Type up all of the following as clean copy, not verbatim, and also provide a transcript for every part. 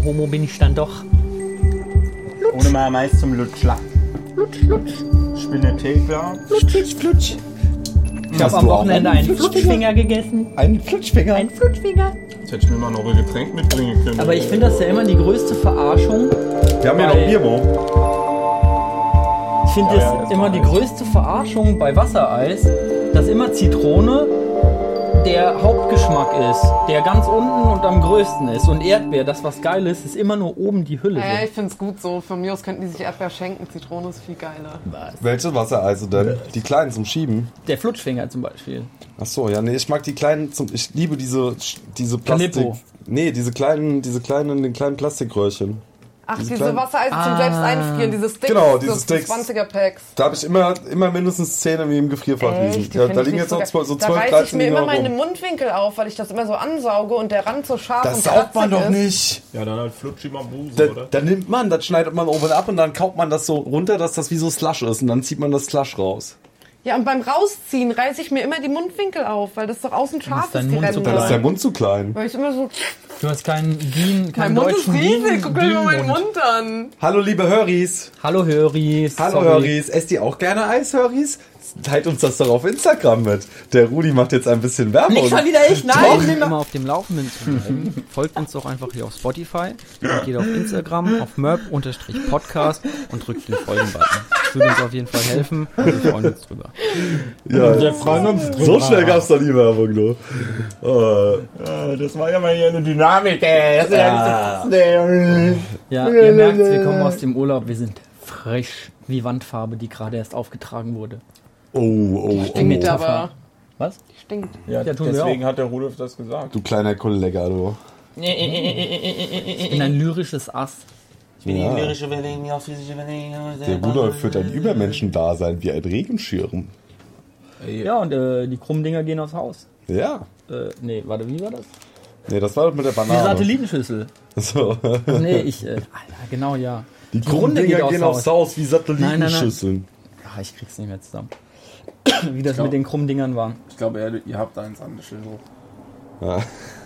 Homo bin ich dann doch. Ohne mal meist zum Lutschler. Lutsch, lutsch. Ich bin der Tegler. Flutsch, flutsch. Ich habe am Wochenende einen Flutschfinger gegessen. Einen Flutschfinger? Ein Flutschfinger. Jetzt hätte ich mir mal noch ein Getränk mitbringen können. Aber ich finde das ja immer die größte Verarschung. Wir haben ja noch Biermo. Ich finde das immer die größte Verarschung bei Wassereis, dass immer Zitrone der Hauptgeschmack ist, der ganz unten und am größten ist. Und Erdbeer, das was geil ist, ist immer nur oben die Hülle. Ja, so. ich finde es gut so. Von mir aus könnten die sich Erdbeer schenken. Zitrone ist viel geiler. Welche Wassereise denn? Die kleinen zum Schieben? Der Flutschfinger zum Beispiel. Ach so, ja, nee, ich mag die kleinen ich liebe diese Plastik... Calippo. Nee, diese kleinen, in den kleinen Plastikröhrchen. Ach, diese kleinen- Wassereis zum selbst einfrieren, diese Sticks. Genau, diese das Sticks. 20er-Packs. Da habe ich immer mindestens 10 im Gefrierfach liegen. Echt? Die Ja, find da ich liegen nicht jetzt noch geil. so 12, Da reiße 13 ich mir immer liegen noch meine rum. Mundwinkel auf, weil ich das immer so ansauge und der Rand so scharf Das und saugt man kratzig doch ist. nicht. Ja, dann halt Flutschi Mabuse, oder? Da nimmt man, das schneidet man oben ab und dann kaut man das so runter, dass das wie so Slush ist. Und dann zieht man das Slush raus. Ja, und beim Rausziehen reiße ich mir immer die Mundwinkel auf, weil das doch außen scharf ist dein ist, die Mund so Ränder. Dann ist der Mund zu klein. Weil ich immer so... Du hast keinen Mein Mund ist deutschen riesig, guck dir mal meinen Bienenmund. Mund an. Hallo liebe Höris. Hallo Höris. Hallo Sorry. Höris. Esst ihr auch gerne Eis, Höris? Teilt uns das doch auf Instagram mit. Der Rudi macht jetzt ein bisschen Werbung. Nicht schon wieder ich, nein! Doch. Immer auf dem Laufenden zu bleiben, folgt uns doch einfach hier auf Spotify, geht auf Instagram, auf merp_podcast und drückt den Folgen-Button. Das würde uns auf jeden Fall helfen und wir freuen uns drüber. Ja, Wir freuen uns drüber. so schnell gab's doch die Werbung, du. Das war ja mal hier eine Dynamik, ey. Das ist ja nicht so... Ja, ihr merkt, wir kommen aus dem Urlaub, wir sind frisch wie Wandfarbe, die gerade erst aufgetragen wurde. Oh. Stinkt Metapher. aber. Was? Stinkt. Ja, Ja, tun wir deswegen auch. hat der Rudolf das gesagt. Du kleiner Kollege, du. Ich bin ein lyrisches Ass. Ja. Lyrische Überlegung, auch physische Überlegung. Der Rudolf führt ein Übermenschendasein wie ein Regenschirm. Ja, und die krummen Dinger gehen aufs Haus. Ja. Nee, warte, wie war das? Nee, das war doch mit der Die Banane. Satellitenschüssel. So. Nee, Alter, genau, ja. Die Runde geht Grunddinger aufs gehen aufs Haus wie Satellitenschüsseln. Ach, ich krieg's nicht mehr zusammen. Wie das mit den krummen Dingern war. Ich glaube, ihr habt eins an der Stelle hoch. Ja.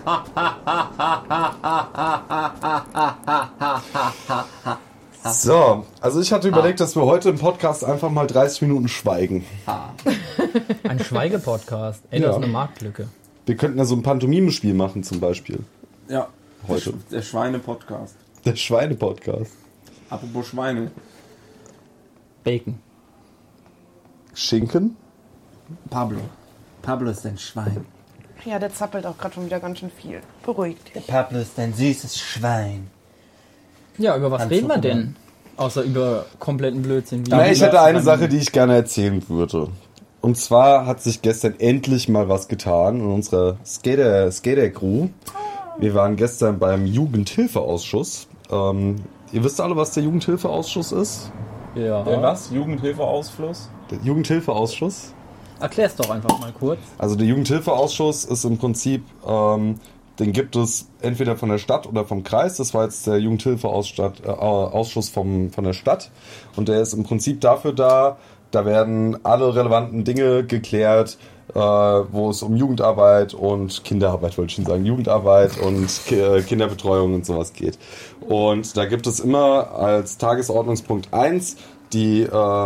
So, also ich hatte überlegt, dass wir heute im Podcast einfach mal 30 Minuten schweigen. Ein Schweigepodcast. Ey, Ja. das ist eine Marktlücke. Wir könnten ja so ein Pantomimenspiel machen zum Beispiel. Ja, Heute. der Schweine-Podcast. Der Schweine-Podcast. Apropos Schweine. Bacon. Schinken? Pablo. Pablo ist ein Schwein. Ja, der zappelt auch gerade schon wieder ganz schön viel. Beruhigt dich. Pablo ist ein süßes Schwein. Ja, über was Kannst reden du wir denn? Außer über kompletten Blödsinn. Wie Na, ich hätte eine Sache, die ich gerne erzählen würde. Und zwar hat sich gestern endlich mal was getan in unserer Skater-Crew. Wir waren gestern beim Jugendhilfeausschuss. Ihr wisst alle, was der Jugendhilfeausschuss ist? Ja. Der was? Jugendhilfeausfluss? Der Jugendhilfeausschuss? Erklär's doch einfach mal kurz. Also der Jugendhilfeausschuss ist im Prinzip, den gibt es entweder von der Stadt oder vom Kreis. Das war jetzt der Jugendhilfeausschuss von der Stadt. Und der ist im Prinzip dafür da werden alle relevanten Dinge geklärt, wo es um Jugendarbeit und Kinderarbeit, wollte ich schon sagen, Jugendarbeit und Kinderbetreuung und sowas geht. Und da gibt es immer als Tagesordnungspunkt 1 die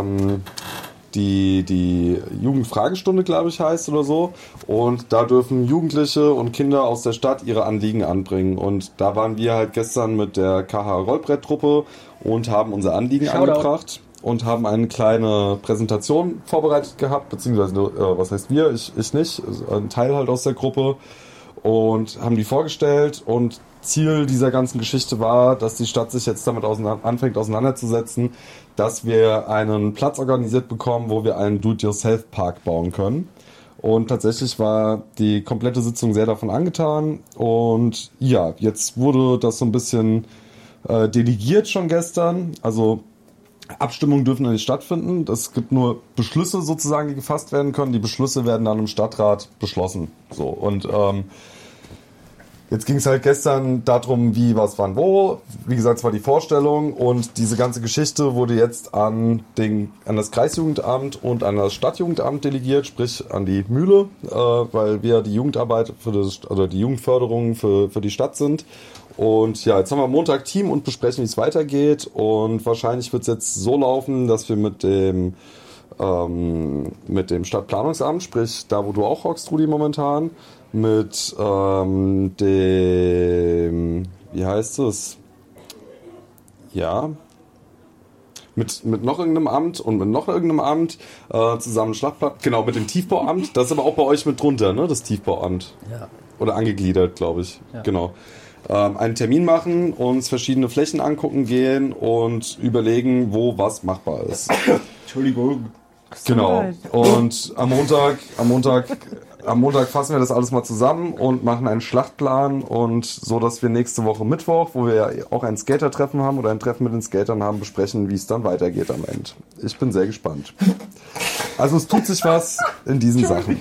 Jugendfragestunde, glaube ich, heißt oder so. Und da dürfen Jugendliche und Kinder aus der Stadt ihre Anliegen anbringen. Und da waren wir halt gestern mit der KH Rollbrett-Truppe und haben unser Anliegen Shoutout. angebracht und haben eine kleine Präsentation vorbereitet gehabt, beziehungsweise, was heißt wir? Ich nicht, ein Teil halt aus der Gruppe. Und haben die vorgestellt und Ziel dieser ganzen Geschichte war, dass die Stadt sich jetzt damit anfängt auseinanderzusetzen, dass wir einen Platz organisiert bekommen, wo wir einen Do-it-yourself-Park bauen können. Und tatsächlich war die komplette Sitzung sehr davon angetan. Und ja, jetzt wurde das so ein bisschen delegiert schon gestern. Also Abstimmungen dürfen noch nicht stattfinden. Es gibt nur Beschlüsse sozusagen, die gefasst werden können. Die Beschlüsse werden dann im Stadtrat beschlossen. So, und jetzt ging es halt gestern darum, wie, was, wann, wo. Wie gesagt, es war die Vorstellung und diese ganze Geschichte wurde jetzt an das Kreisjugendamt und an das Stadtjugendamt delegiert, sprich an die Mühle, weil wir die Jugendarbeit die Jugendförderung für die Stadt sind. Und ja, jetzt haben wir Montag Team und besprechen, wie es weitergeht. Und wahrscheinlich wird es jetzt so laufen, dass wir mit dem Stadtplanungsamt, sprich da, wo du auch hockst, Rudi, momentan, mit dem, wie heißt es? Ja, mit noch irgendeinem Amt und mit noch irgendeinem Amt zusammen Schlachtplan, genau, mit dem Tiefbauamt. Das ist aber auch bei euch mit drunter, ne, das Tiefbauamt. Ja. Oder angegliedert, glaube ich. Ja. Genau. Einen Termin machen, uns verschiedene Flächen angucken gehen und überlegen, wo was machbar ist. Entschuldigung. Genau. Und am Montag fassen wir das alles mal zusammen und machen einen Schlachtplan und so, dass wir nächste Woche Mittwoch, wo wir ja auch ein Skater-Treffen haben oder ein Treffen mit den Skatern haben, besprechen, wie es dann weitergeht am Ende. Ich bin sehr gespannt. Also es tut sich was in diesen Sachen.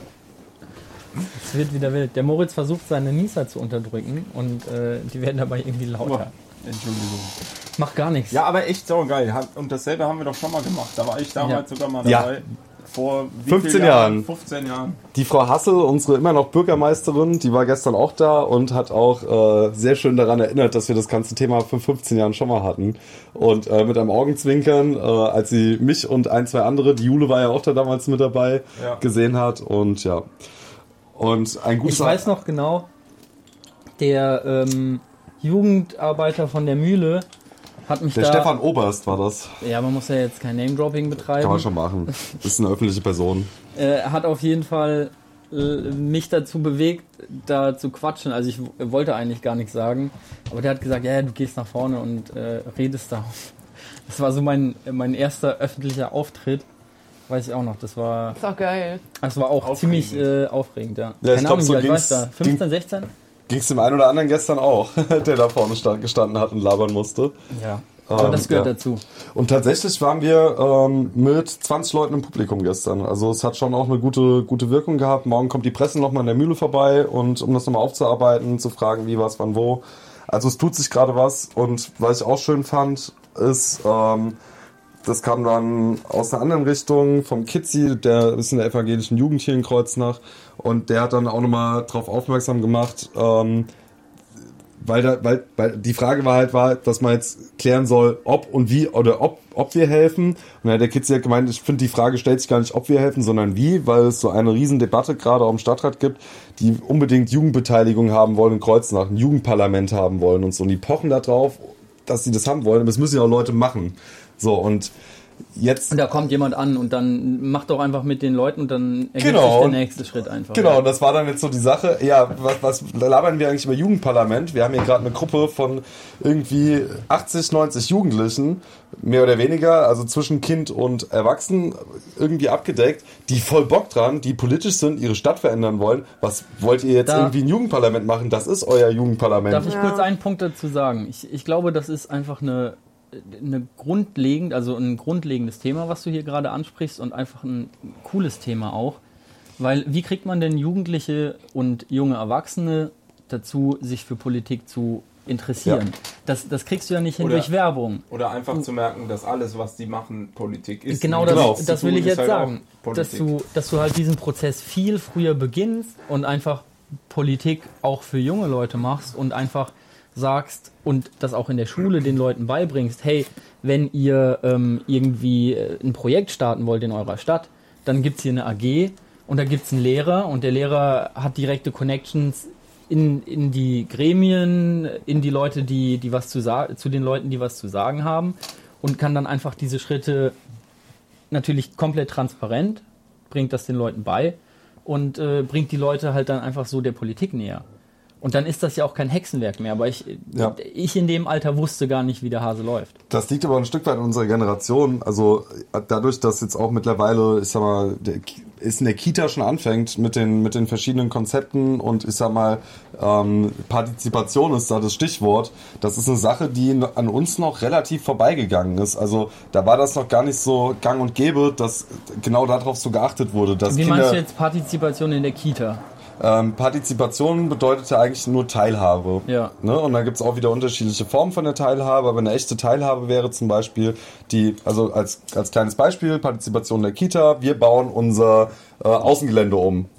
Es wird wieder wild. Der Moritz versucht, seine Nieser zu unterdrücken und die werden dabei irgendwie lauter. Entschuldigung. Macht gar nichts. Ja, aber echt saugeil. Und dasselbe haben wir doch schon mal gemacht. Da war ich damals sogar mal Ja. dabei. Vor wie 15 vielen Jahren. 15 Jahren. Die Frau Hassel, unsere immer noch Bürgermeisterin, die war gestern auch da und hat auch sehr schön daran erinnert, dass wir das ganze Thema vor 15 Jahren schon mal hatten. Und mit einem Augenzwinkern, als sie mich und ein, zwei andere, die Jule war ja auch da damals mit dabei, gesehen hat. Und ja. Und ein gutes... Ich weiß noch genau, der Jugendarbeiter von der Mühle hat mich Der Stefan Oberst war das. Ja, man muss ja jetzt kein Name-Dropping betreiben. Kann man schon machen. Ist eine öffentliche Person. Hat auf jeden Fall mich dazu bewegt, da zu quatschen. Also ich wollte eigentlich gar nichts sagen. Aber der hat gesagt, ja, du gehst nach vorne und redest da. Das war so mein erster öffentlicher Auftritt. Weiß ich auch noch. Das war Ist auch geil. auch Aufregend. ziemlich aufregend, ja. Ja, ich Keine glaub, Ahnung, so wie alt war ich ging's- da? 15, 16? Ging es dem einen oder anderen gestern auch, der da vorne gestanden hat und labern musste. Ja. Aber das gehört dazu. Und tatsächlich waren wir mit 20 Leuten im Publikum gestern. Also es hat schon auch eine gute Wirkung gehabt. Morgen kommt die Presse nochmal in der Mühle vorbei und um das nochmal aufzuarbeiten, zu fragen, wie, was, wann, wo. Also es tut sich gerade was. Und was ich auch schön fand, ist, das kam dann aus einer anderen Richtung vom Kitzi, der ist in der evangelischen Jugend hier in Kreuznach. Und der hat dann auch nochmal drauf aufmerksam gemacht, weil die Frage war, dass man jetzt klären soll, ob und wie oder ob wir helfen. Und dann hat der Kitzi hat gemeint, ich finde, die Frage stellt sich gar nicht, ob wir helfen, sondern wie, weil es so eine Riesendebatte gerade auch im Stadtrat gibt, die unbedingt Jugendbeteiligung haben wollen in Kreuznach, ein Jugendparlament haben wollen und so. Und die pochen da drauf, dass sie das haben wollen, aber das müssen ja auch Leute machen. So, und jetzt... Und da kommt jemand an und dann macht doch einfach mit den Leuten und dann ergibt Genau. sich der nächste Schritt einfach. Genau, und das war dann jetzt so die Sache, ja, was labern wir eigentlich über Jugendparlament? Wir haben hier gerade eine Gruppe von irgendwie 80, 90 Jugendlichen, mehr oder weniger, also zwischen Kind und Erwachsenen, irgendwie abgedeckt, die voll Bock dran, die politisch sind, ihre Stadt verändern wollen. Was wollt ihr jetzt irgendwie ein Jugendparlament machen? Das ist euer Jugendparlament. Darf ich kurz einen Punkt dazu sagen? Ich glaube, das ist einfach ein grundlegendes Thema, was du hier gerade ansprichst und einfach ein cooles Thema auch. Weil wie kriegt man denn Jugendliche und junge Erwachsene dazu, sich für Politik zu interessieren? Ja. Das kriegst du ja nicht hin Oder- durch Werbung. Oder einfach zu merken, dass alles, was die machen, Politik ist. Genau, Nichts das zu will tun ich ist jetzt halt sagen. auch Dass Politik. du halt diesen Prozess viel früher beginnst und einfach Politik auch für junge Leute machst und einfach sagst und das auch in der Schule den Leuten beibringst, hey, wenn ihr irgendwie ein Projekt starten wollt in eurer Stadt, dann gibt's hier eine AG und da gibt's einen Lehrer und der Lehrer hat direkte Connections in die Gremien, in die Leute, die was zu sagen, zu den Leuten, die was zu sagen haben und kann dann einfach diese Schritte natürlich komplett transparent, bringt das den Leuten bei und bringt die Leute halt dann einfach so der Politik näher. Und dann ist das ja auch kein Hexenwerk mehr, aber ich in dem Alter wusste gar nicht, wie der Hase läuft. Das liegt aber ein Stück weit in unserer Generation. Also dadurch, dass jetzt auch mittlerweile, ich sag mal, es in der Kita schon anfängt mit den verschiedenen Konzepten und ich sag mal, Partizipation ist da das Stichwort. Das ist eine Sache, die an uns noch relativ vorbeigegangen ist. Also da war das noch gar nicht so gang und gäbe, dass genau darauf so geachtet wurde. Dass Wie Kinder, meinst du jetzt Partizipation in der Kita? Partizipation bedeutet ja eigentlich nur Teilhabe. Ja. Ne? Und da gibt's auch wieder unterschiedliche Formen von der Teilhabe, aber eine echte Teilhabe wäre zum Beispiel also als kleines Beispiel, Partizipation der Kita, wir bauen unser Außengelände um.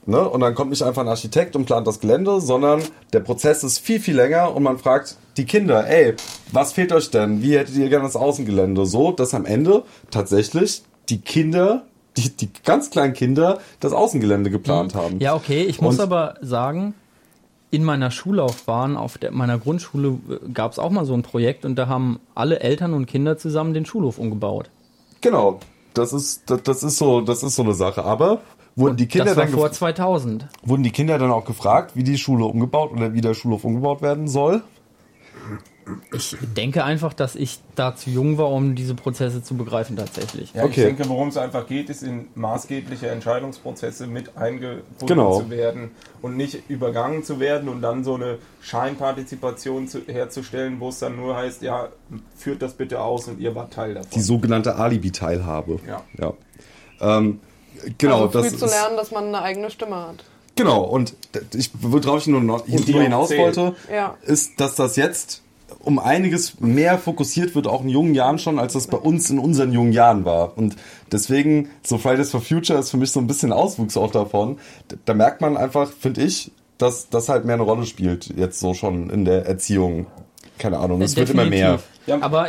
Ne? Und dann kommt nicht einfach ein Architekt und plant das Gelände, sondern der Prozess ist viel, viel länger und man fragt die Kinder, ey, was fehlt euch denn? Wie hättet ihr gerne das Außengelände? So, dass am Ende tatsächlich die Kinder, die ganz kleinen Kinder, das Außengelände geplant haben. Ja, okay, ich muss Und- aber sagen, in meiner Schullaufbahn, meiner Grundschule, gab es auch mal so ein Projekt und da haben alle Eltern und Kinder zusammen den Schulhof umgebaut. Genau, das ist so eine Sache. Aber wurden die Kinder Das war dann vor 2000. wurden die Kinder dann auch gefragt, wie die Schule umgebaut oder wie der Schulhof umgebaut werden soll? Ich denke einfach, dass ich da zu jung war, um diese Prozesse zu begreifen tatsächlich. Ja, Okay. ich denke, worum es einfach geht, ist in maßgebliche Entscheidungsprozesse mit eingebunden Genau. zu werden und nicht übergangen zu werden und dann so eine Scheinpartizipation herzustellen, wo es dann nur heißt, ja, führt das bitte aus und ihr wart Teil davon. Die sogenannte Alibi-Teilhabe. Ja. Genau, also früh das zu ist, lernen, dass man eine eigene Stimme hat. genau. Und worauf ich nur die hinaus auch zählt. wollte, Ja. ist, dass das jetzt um einiges mehr fokussiert wird, auch in jungen Jahren schon, als das bei uns in unseren jungen Jahren war. Und deswegen, so Fridays for Future ist für mich so ein bisschen Auswuchs auch davon. Da merkt man einfach, finde ich, dass das halt mehr eine Rolle spielt, jetzt so schon in der Erziehung. Keine Ahnung, es wird immer mehr. Ja. Aber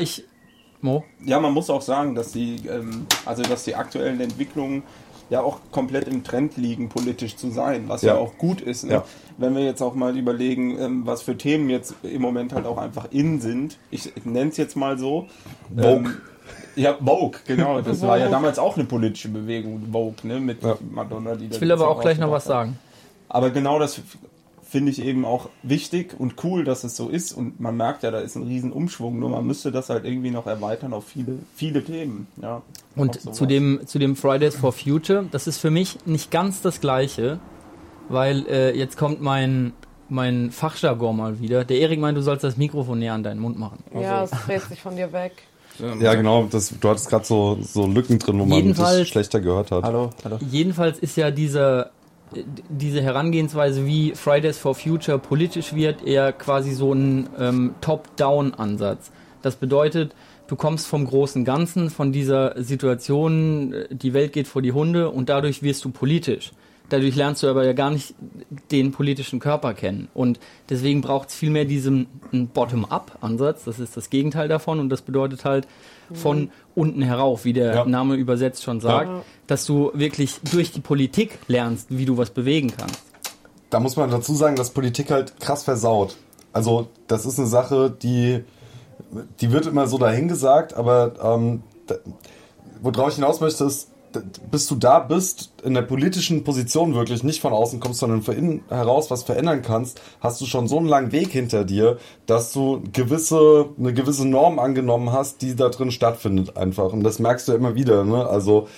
Ja, man muss auch sagen, dass die aktuellen Entwicklungen ja auch komplett im Trend liegen, politisch zu sein, was ja, Ja. auch gut ist. Ne? Ja. Wenn wir jetzt auch mal überlegen, was für Themen jetzt im Moment halt auch einfach in sind. Ich nenne es jetzt mal so. Vogue. Ja, Vogue, genau. Das war ja damals auch eine politische Bewegung, Vogue, ne? Mit Madonna. Die ich will aber auch gleich noch was sagen. Aber genau das finde ich eben auch wichtig und cool, dass es so ist. Und man merkt ja, da ist ein riesen Umschwung. Nur man müsste das halt irgendwie noch erweitern auf viele, viele Themen. Ja, Und auch sowas. zu dem Fridays for Future, das ist für mich nicht ganz das Gleiche, weil jetzt kommt mein Fachjargon mal wieder. Der Erik meint, du sollst das Mikrofon näher an deinen Mund machen. Ja, es dreht sich von dir weg. Ja, genau, du hattest gerade so Lücken drin, wo man Jedenfalls- dich schlechter gehört hat. Hallo. Jedenfalls ist ja diese Herangehensweise, wie Fridays for Future politisch wird, eher quasi so ein Top-Down-Ansatz. Das bedeutet, du kommst vom großen Ganzen, von dieser Situation, die Welt geht vor die Hunde und dadurch wirst du politisch. Dadurch lernst du aber ja gar nicht den politischen Körper kennen. Und deswegen braucht es vielmehr diesen Bottom-up-Ansatz. Das ist das Gegenteil davon. Und das bedeutet halt von unten herauf, wie der Name übersetzt schon sagt, dass du wirklich durch die Politik lernst, wie du was bewegen kannst. Da muss man dazu sagen, dass Politik halt krass versaut. Also das ist eine Sache, die wird immer so dahingesagt, aber worauf ich hinaus möchte, ist, bis du da bist, in der politischen Position wirklich nicht von außen kommst, sondern von innen heraus was verändern kannst, hast du schon so einen langen Weg hinter dir, dass du eine gewisse Norm angenommen hast, die da drin stattfindet einfach. Und das merkst du ja immer wieder, ne? Also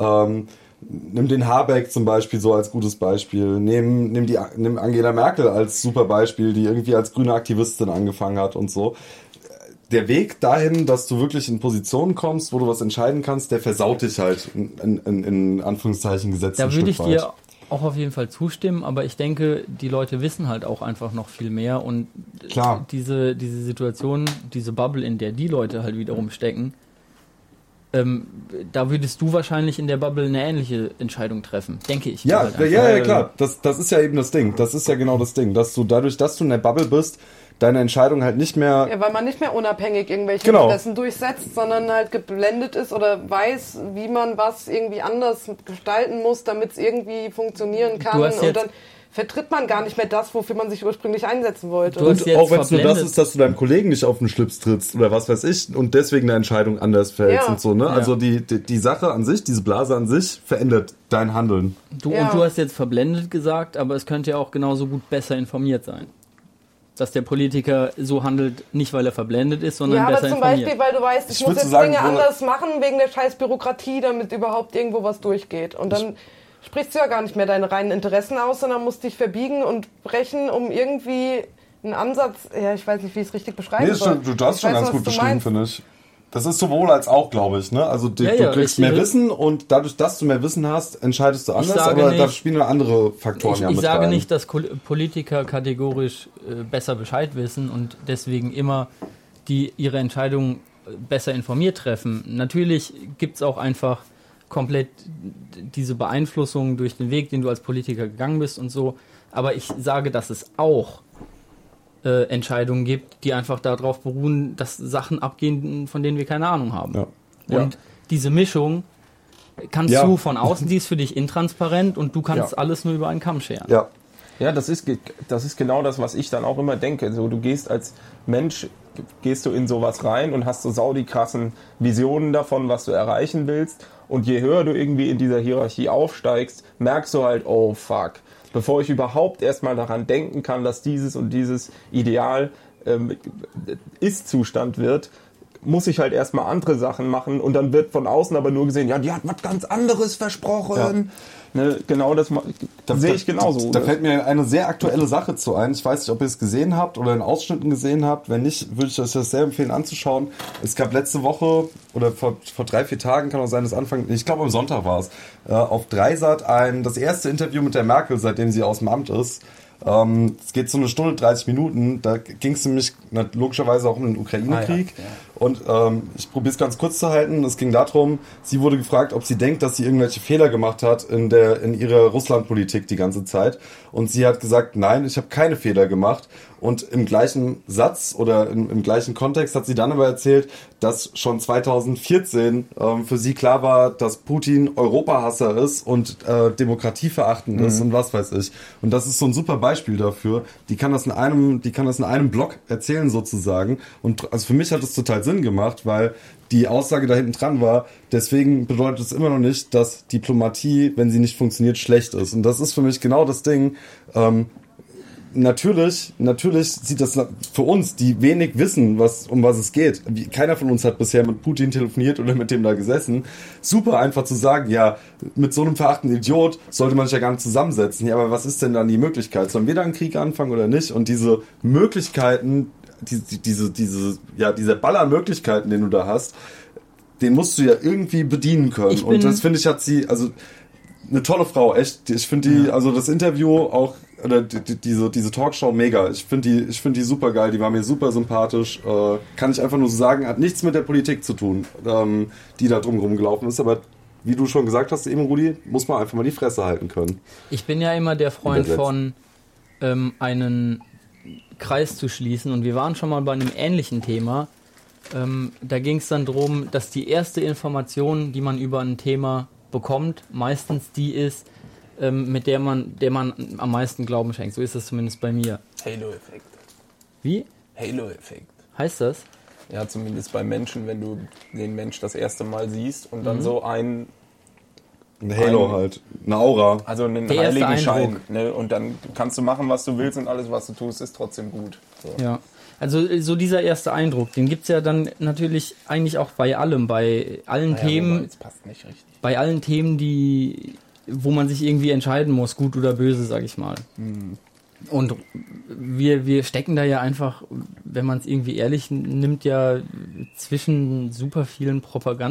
nimm den Habeck zum Beispiel so als gutes Beispiel. Nimm Angela Merkel als super Beispiel, die irgendwie als grüne Aktivistin angefangen hat und so. Der Weg dahin, dass du wirklich in Positionen kommst, wo du was entscheiden kannst, der versaut dich halt in Anführungszeichen gesetzt. Da würde ich dir auch auf jeden Fall zustimmen, aber ich denke, die Leute wissen halt auch einfach noch viel mehr und Klar. diese Situation, diese Bubble, in der die Leute halt wiederum stecken, da würdest du wahrscheinlich in der Bubble eine ähnliche Entscheidung treffen, denke ich. Ja, Halt einfach. ja, klar. Das ist ja eben das Ding. Das ist ja genau das Ding, dass du dadurch, dass du in der Bubble bist, deine Entscheidung halt nicht mehr. Ja, weil man nicht mehr unabhängig irgendwelche Genau. Interessen durchsetzt, sondern halt geblendet ist oder weiß, wie man was irgendwie anders gestalten muss, damit es irgendwie funktionieren kann. Du hast Und jetzt- dann vertritt man gar nicht mehr das, wofür man sich ursprünglich einsetzen wollte. Du hast Und jetzt auch wenn es nur das verblendet. ist, dass du deinem Kollegen nicht auf den Schlips trittst oder was weiß ich und deswegen eine Entscheidung anders fällst Ja. und so, ne? Ja. Also die Sache an sich, diese Blase an sich verändert dein Handeln. Und du hast jetzt verblendet gesagt, aber es könnte ja auch genauso gut besser informiert sein. Dass der Politiker so handelt, nicht weil er verblendet ist, sondern Ja, aber besser zum informiert. Beispiel, weil du weißt, ich muss würde jetzt sagen, Dinge wo- anders machen wegen der scheiß Bürokratie, damit überhaupt irgendwo was durchgeht. Und dann sprichst du ja gar nicht mehr deine reinen Interessen aus, sondern musst dich verbiegen und brechen, um irgendwie einen Ansatz, ja, ich weiß nicht, wie ich es richtig beschreiben Nee, das soll. stimmt, du hast Ich schon weiß, ganz was gut du beschrieben, meinst. finde ich. Das ist sowohl als auch, glaube ich, ne? Also Ja, du ja, kriegst ich- mehr Wissen und dadurch, dass du mehr Wissen hast, entscheidest du anders, sage aber da nicht- spielen andere Faktoren ja Ich mit sage rein. nicht, dass Politiker kategorisch besser Bescheid wissen und deswegen immer ihre Entscheidungen besser informiert treffen. Natürlich gibt es auch einfach komplett diese Beeinflussung durch den Weg, den du als Politiker gegangen bist und so. Aber ich sage, dass es auch Entscheidungen gibt, die einfach darauf beruhen, dass Sachen abgehen, von denen wir keine Ahnung haben. Ja. Und diese Mischung kannst du von außen, die ist für dich intransparent und du kannst alles nur über einen Kamm scheren. Ja. Ja, das ist genau das, was ich dann auch immer denke. So, du gehst als Mensch, gehst du in sowas rein und hast so saudi krassen Visionen davon, was du erreichen willst. Und je höher du irgendwie in dieser Hierarchie aufsteigst, merkst du halt, oh fuck, bevor ich überhaupt erstmal daran denken kann, dass dieses und dieses Ideal Ist-Zustand wird, muss ich halt erstmal andere Sachen machen und dann wird von außen aber nur gesehen, ja, die hat was ganz anderes versprochen. Ja. Ne, genau das sehe ich genauso. Da fällt mir eine sehr aktuelle Sache zu ein. Ich weiß nicht, ob ihr es gesehen habt oder in Ausschnitten gesehen habt. Wenn nicht, würde ich euch das sehr empfehlen anzuschauen. Es gab letzte Woche oder vor 3-4 Tagen, kann auch sein, dass ich glaube am Sonntag war es, auf Dreisat das erste Interview mit der Merkel, seitdem sie aus dem Amt ist. Es geht so 1 Stunde 30 Minuten. Da ging es nämlich logischerweise auch um den Ukraine-Krieg. Ja. Und ich probiere es ganz kurz zu halten. Es ging darum, sie wurde gefragt, ob sie denkt, dass sie irgendwelche Fehler gemacht hat in ihrer Russland-Politik die ganze Zeit. Und sie hat gesagt, nein, ich habe keine Fehler gemacht. Und im gleichen Satz oder im gleichen Kontext hat sie dann aber erzählt, dass schon 2014 für sie klar war, dass Putin Europahasser ist und demokratieverachtend ist und was weiß ich. Und das ist so ein super Beispiel dafür. Die kann das in einem Blog erzählen sozusagen. Und also für mich hat es total Sinn gemacht, weil die Aussage da hinten dran war, deswegen bedeutet es immer noch nicht, dass Diplomatie, wenn sie nicht funktioniert, schlecht ist. Und das ist für mich genau das Ding. Natürlich sieht das für uns, die wenig wissen, um was es geht. Keiner von uns hat bisher mit Putin telefoniert oder mit dem da gesessen. Super einfach zu sagen, ja, mit so einem verachtenden Idiot sollte man sich ja gar nicht zusammensetzen. Ja, aber was ist denn dann die Möglichkeit? Sollen wir da einen Krieg anfangen oder nicht? Und diese Möglichkeiten, dieser Baller an Möglichkeiten, den du da hast, den musst du ja irgendwie bedienen können. Und das finde ich, hat sie, also eine tolle Frau, echt. Ich finde also das Interview auch, oder diese Talkshow mega. Ich finde die super geil, die war mir super sympathisch. Kann ich einfach nur so sagen, hat nichts mit der Politik zu tun, die da drumherum gelaufen ist, aber wie du schon gesagt hast, eben Rudi, muss man einfach mal die Fresse halten können. Ich bin ja immer der Freund von einen Kreis zu schließen und wir waren schon mal bei einem ähnlichen Thema. Da ging es dann darum, dass die erste Information, die man über ein Thema bekommt, meistens die ist, mit der man am meisten Glauben schenkt. So ist das zumindest bei mir. Halo-Effekt. Wie? Halo-Effekt. Heißt das? Ja, zumindest bei Menschen, wenn du den Mensch das erste Mal siehst und dann so ein Halo halt, eine Aura. Also einen Heiligenschein. Ne? Und dann kannst du machen, was du willst und alles, was du tust, ist trotzdem gut. So. Ja, also so dieser erste Eindruck, den gibt's ja dann natürlich eigentlich auch bei allem, bei allen Themen. Jetzt passt nicht richtig. Bei allen Themen, wo man sich irgendwie entscheiden muss, gut oder böse, sag ich mal. Und wir stecken da ja einfach, wenn man es irgendwie ehrlich nimmt, ja zwischen super vielen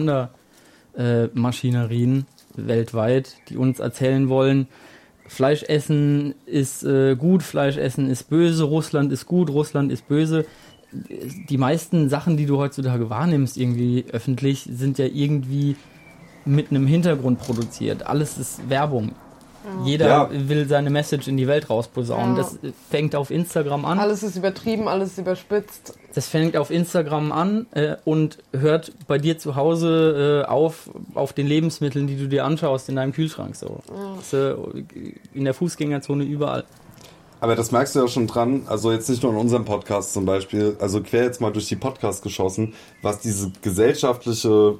Propagandamaschinerien weltweit, die uns erzählen wollen, Fleisch essen ist gut, Fleisch essen ist böse, Russland ist gut, Russland ist böse. Die meisten Sachen, die du heutzutage wahrnimmst, irgendwie öffentlich, sind ja irgendwie mit einem Hintergrund produziert. Alles ist Werbung. Jeder will seine Message in die Welt rausposaunen. Das fängt auf Instagram an. Alles ist übertrieben, alles ist überspitzt. Das fängt auf Instagram an und hört bei dir zu Hause auf den Lebensmitteln, die du dir anschaust in deinem Kühlschrank. So. In der Fußgängerzone überall. Aber das merkst du ja schon dran, also jetzt nicht nur in unserem Podcast zum Beispiel, also quer jetzt mal durch die Podcasts geschossen, was dieses gesellschaftliche,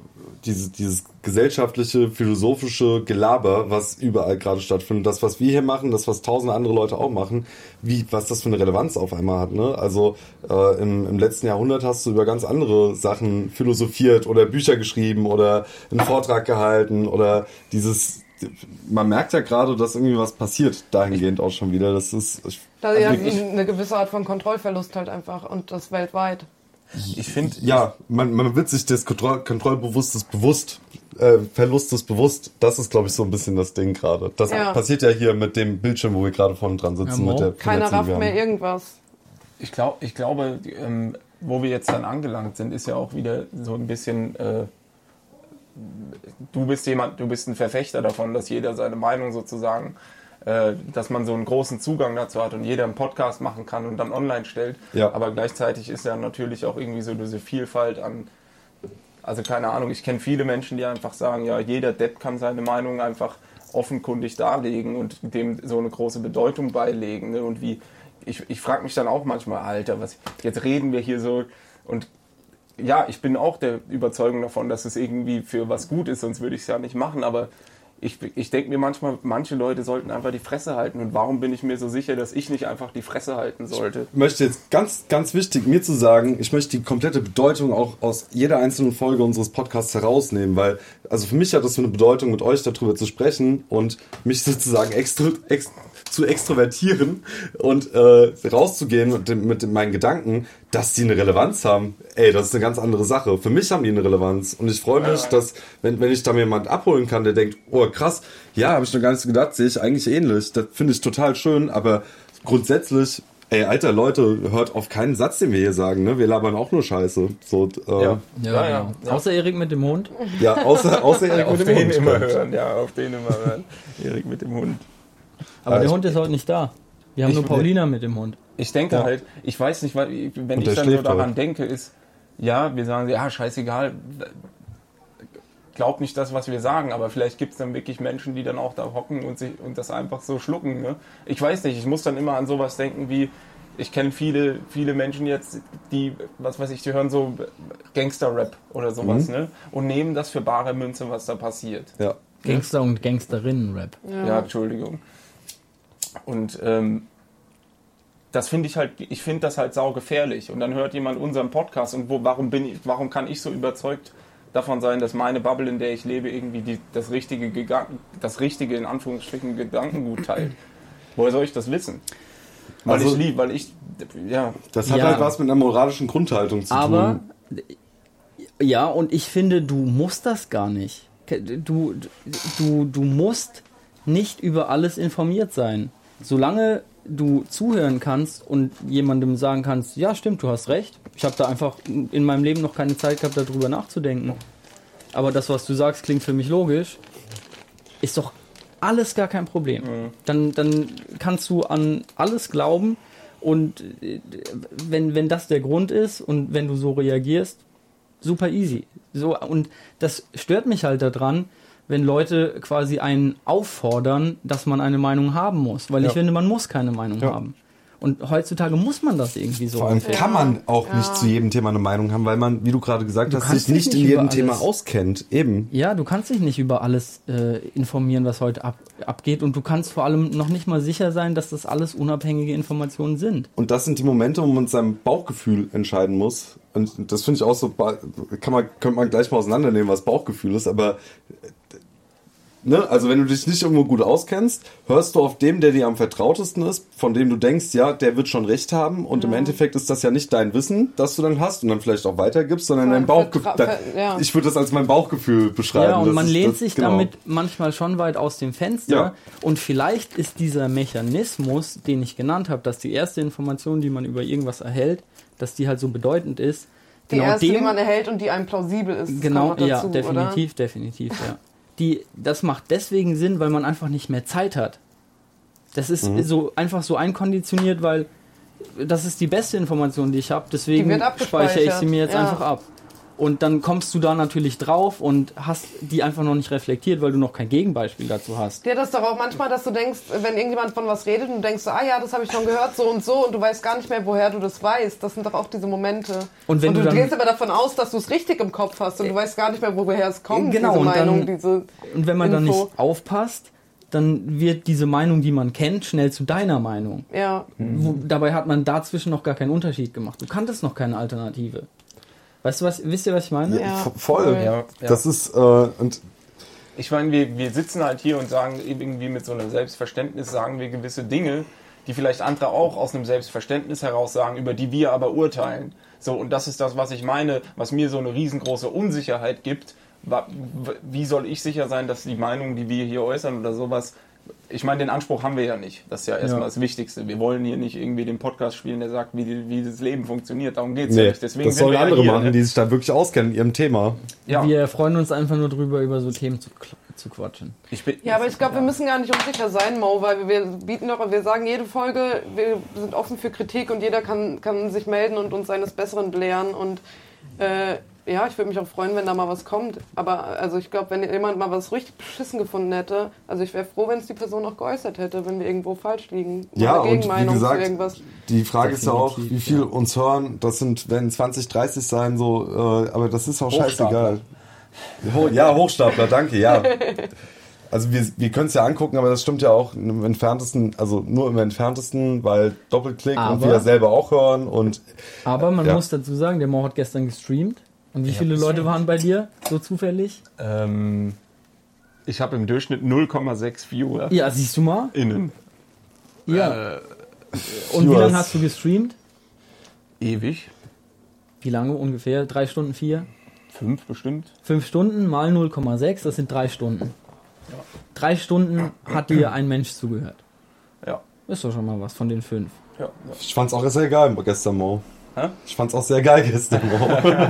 philosophische Gelaber, was überall gerade stattfindet, das, was wir hier machen, das, was tausende andere Leute auch machen, was das für eine Relevanz auf einmal hat, ne? Also im letzten Jahrhundert hast du über ganz andere Sachen philosophiert oder Bücher geschrieben oder einen Vortrag gehalten oder man merkt ja gerade, dass irgendwie was passiert, dahingehend auch schon wieder. Das ist eine gewisse Art von Kontrollverlust halt einfach und das weltweit. Ich finde, man wird sich des Kontrollverlustes bewusst. Das ist, glaube ich, so ein bisschen das Ding gerade. Das passiert ja hier mit dem Bildschirm, wo wir gerade vorne dran sitzen. Ja, mit der keiner rafft mehr irgendwas. Ich glaube, wo wir jetzt dann angelangt sind, ist ja auch wieder so ein bisschen du bist ein Verfechter davon, dass jeder seine Meinung sozusagen, dass man so einen großen Zugang dazu hat und jeder einen Podcast machen kann und dann online stellt. Ja. Aber gleichzeitig ist ja natürlich auch irgendwie so diese Vielfalt an, also keine Ahnung, ich kenne viele Menschen, die einfach sagen, ja, jeder Depp kann seine Meinung einfach offenkundig darlegen und dem so eine große Bedeutung beilegen. Ne? Und ich frage mich dann auch manchmal, Alter, jetzt reden wir hier so und ja, ich bin auch der Überzeugung davon, dass es irgendwie für was gut ist, sonst würde ich es ja nicht machen, aber ich denke mir manchmal, manche Leute sollten einfach die Fresse halten und warum bin ich mir so sicher, dass ich nicht einfach die Fresse halten sollte? Ich möchte jetzt ganz, ganz wichtig mir zu sagen, ich möchte die komplette Bedeutung auch aus jeder einzelnen Folge unseres Podcasts herausnehmen, weil, also für mich hat das so eine Bedeutung, mit euch darüber zu sprechen und mich sozusagen zu extrovertieren und rauszugehen mit meinen Gedanken, dass die eine Relevanz haben. Ey, das ist eine ganz andere Sache. Für mich haben die eine Relevanz. Und ich freue mich, dass, wenn ich da mir jemand abholen kann, der denkt, oh krass, ja, habe ich noch gar nicht so gedacht, sehe ich eigentlich ähnlich. Das finde ich total schön, aber grundsätzlich, ey, alter Leute, hört auf keinen Satz, den wir hier sagen, ne? Wir labern auch nur Scheiße. So, Ja. Ja. Außer Erik mit dem Hund. Ja, außer Erik Auf mit dem den Hund. immer hören, ja, auf den immer hören. Erik mit dem Hund. Aber der Hund ist heute nicht da. Wir haben nur Paulina mit dem Hund. Ich denke halt, ich weiß nicht, wenn ich dann so schläft daran denke, ist, ja, wir sagen, ja, scheißegal, glaubt nicht das, was wir sagen, aber vielleicht gibt es dann wirklich Menschen, die dann auch da hocken und das einfach so schlucken. Ne? Ich weiß nicht, ich muss dann immer an sowas denken wie, ich kenne viele Menschen jetzt, die, was weiß ich, die hören so Gangster-Rap oder sowas, ne? Und nehmen das für bare Münze, was da passiert. Ja. Gangster- und Gangsterinnen-Rap. Ja, Entschuldigung. Und das finde ich finde das halt saugefährlich. Und dann hört jemand unseren Podcast und warum kann ich so überzeugt davon sein, dass meine Bubble, in der ich lebe, irgendwie das richtige in Anführungsstrichen Gedankengut teilt? Woher soll ich das wissen? Weil ich Das hat halt was mit einer moralischen Grundhaltung zu Aber, tun. ja, und ich finde, du musst das gar nicht. Du musst nicht über alles informiert sein. Solange du zuhören kannst und jemandem sagen kannst, ja stimmt, du hast recht, ich habe da einfach in meinem Leben noch keine Zeit gehabt, darüber nachzudenken. Aber das, was du sagst, klingt für mich logisch, ist doch alles gar kein Problem. Dann kannst du an alles glauben und wenn das der Grund ist und wenn du so reagierst, super easy. So, und das stört mich halt daran, wenn Leute quasi einen auffordern, dass man eine Meinung haben muss. Weil ich finde, man muss keine Meinung haben. Und heutzutage muss man das irgendwie so. Vor allem kann man auch nicht zu jedem Thema eine Meinung haben, weil man, wie du gerade gesagt hast, sich nicht in jedem Thema auskennt. Eben. Ja, du kannst dich nicht über alles informieren, was heute abgeht. Und du kannst vor allem noch nicht mal sicher sein, dass das alles unabhängige Informationen sind. Und das sind die Momente, wo man mit seinem Bauchgefühl entscheiden muss. Und das finde ich auch so, könnte man gleich mal auseinandernehmen, was Bauchgefühl ist, aber ne, also wenn du dich nicht irgendwo gut auskennst, hörst du auf dem, der dir am vertrautesten ist, von dem du denkst, ja, der wird schon recht haben und im Endeffekt ist das ja nicht dein Wissen, das du dann hast und dann vielleicht auch weitergibst, sondern dein Bauchgefühl. Ich würde das als mein Bauchgefühl beschreiben. Ja, und man lehnt sich damit manchmal schon weit aus dem Fenster und vielleicht ist dieser Mechanismus, den ich genannt habe, dass die erste Information, die man über irgendwas erhält, dass die halt so bedeutend ist. Die erste, die man erhält und die einem plausibel ist. Genau, dazu, ja, definitiv, ja. Das macht deswegen Sinn, weil man einfach nicht mehr Zeit hat. Das ist einfach so einkonditioniert, weil das ist die beste Information, die ich habe, deswegen speichere ich sie mir jetzt einfach ab. Und dann kommst du da natürlich drauf und hast die einfach noch nicht reflektiert, weil du noch kein Gegenbeispiel dazu hast. Ja, das ist doch auch manchmal, dass du denkst, wenn irgendjemand von was redet und du denkst, das habe ich schon gehört, so und du weißt gar nicht mehr, woher du das weißt. Das sind doch auch diese Momente. Und du gehst aber davon aus, dass du es richtig im Kopf hast und du weißt gar nicht mehr, woher es kommt, genau, diese Meinung, diese und wenn man Info. dann nicht aufpasst, dann wird diese Meinung, die man kennt, schnell zu deiner Meinung. Ja. Dabei hat man dazwischen noch gar keinen Unterschied gemacht. Du kanntest noch keine Alternative. Weißt du was, wisst ihr, was ich meine? Ja, voll. Ja. Das ist, und ich meine, wir sitzen halt hier und sagen irgendwie mit so einem Selbstverständnis, sagen wir gewisse Dinge, die vielleicht andere auch aus einem Selbstverständnis heraus sagen, über die wir aber urteilen. So, und das ist das, was ich meine, was mir so eine riesengroße Unsicherheit gibt. Wie soll ich sicher sein, dass die Meinung, die wir hier äußern oder sowas, ich meine, den Anspruch haben wir ja nicht. Das ist ja erstmal das Wichtigste. Wir wollen hier nicht irgendwie den Podcast spielen, der sagt, wie das Leben funktioniert. Darum geht's ja nicht. Deswegen das sollen sind wir andere hier, machen, ne? die sich da wirklich auskennen in ihrem Thema. Ja. Wir freuen uns einfach nur drüber, über so Themen zu quatschen. Ja, aber ich glaube, wir müssen gar nicht unsicher sein, Mo, weil wir sagen jede Folge, wir sind offen für Kritik und jeder kann sich melden und uns eines Besseren belehren und ja, ich würde mich auch freuen, wenn da mal was kommt. Aber also ich glaube, wenn jemand mal was richtig beschissen gefunden hätte, also ich wäre froh, wenn es die Person auch geäußert hätte, wenn wir irgendwo falsch liegen. Ja, Oder und wie Gegenmeinung zu gesagt, irgendwas. die Frage ist ja auch, Definitiv, wie viel uns hören. Das werden 20, 30 sein, so, aber das ist auch scheißegal. Ja, Hochstapler, danke, ja. Also wir können es ja angucken, aber das stimmt ja auch im Entferntesten, also nur im Entferntesten, weil Doppelklick und wir ja selber auch hören. Aber man muss dazu sagen, der Mo hat gestern gestreamt. Und wie viele Leute waren bei dir, so zufällig? Ich habe im Durchschnitt 0,6 Viewer. Ja, siehst du mal. Innen. Ja. Und wie lange hast du gestreamt? Ewig. Wie lange ungefähr? 3 Stunden, 4? 5 bestimmt. 5 Stunden mal 0,6, das sind 3 Stunden. 3 Stunden hat dir ein Mensch zugehört. Ja. Ist doch schon mal was von den 5. Ja. Ich fand's auch sehr geil gestern, Mo. Hä? Ich fand's auch sehr geil gestern, Mo.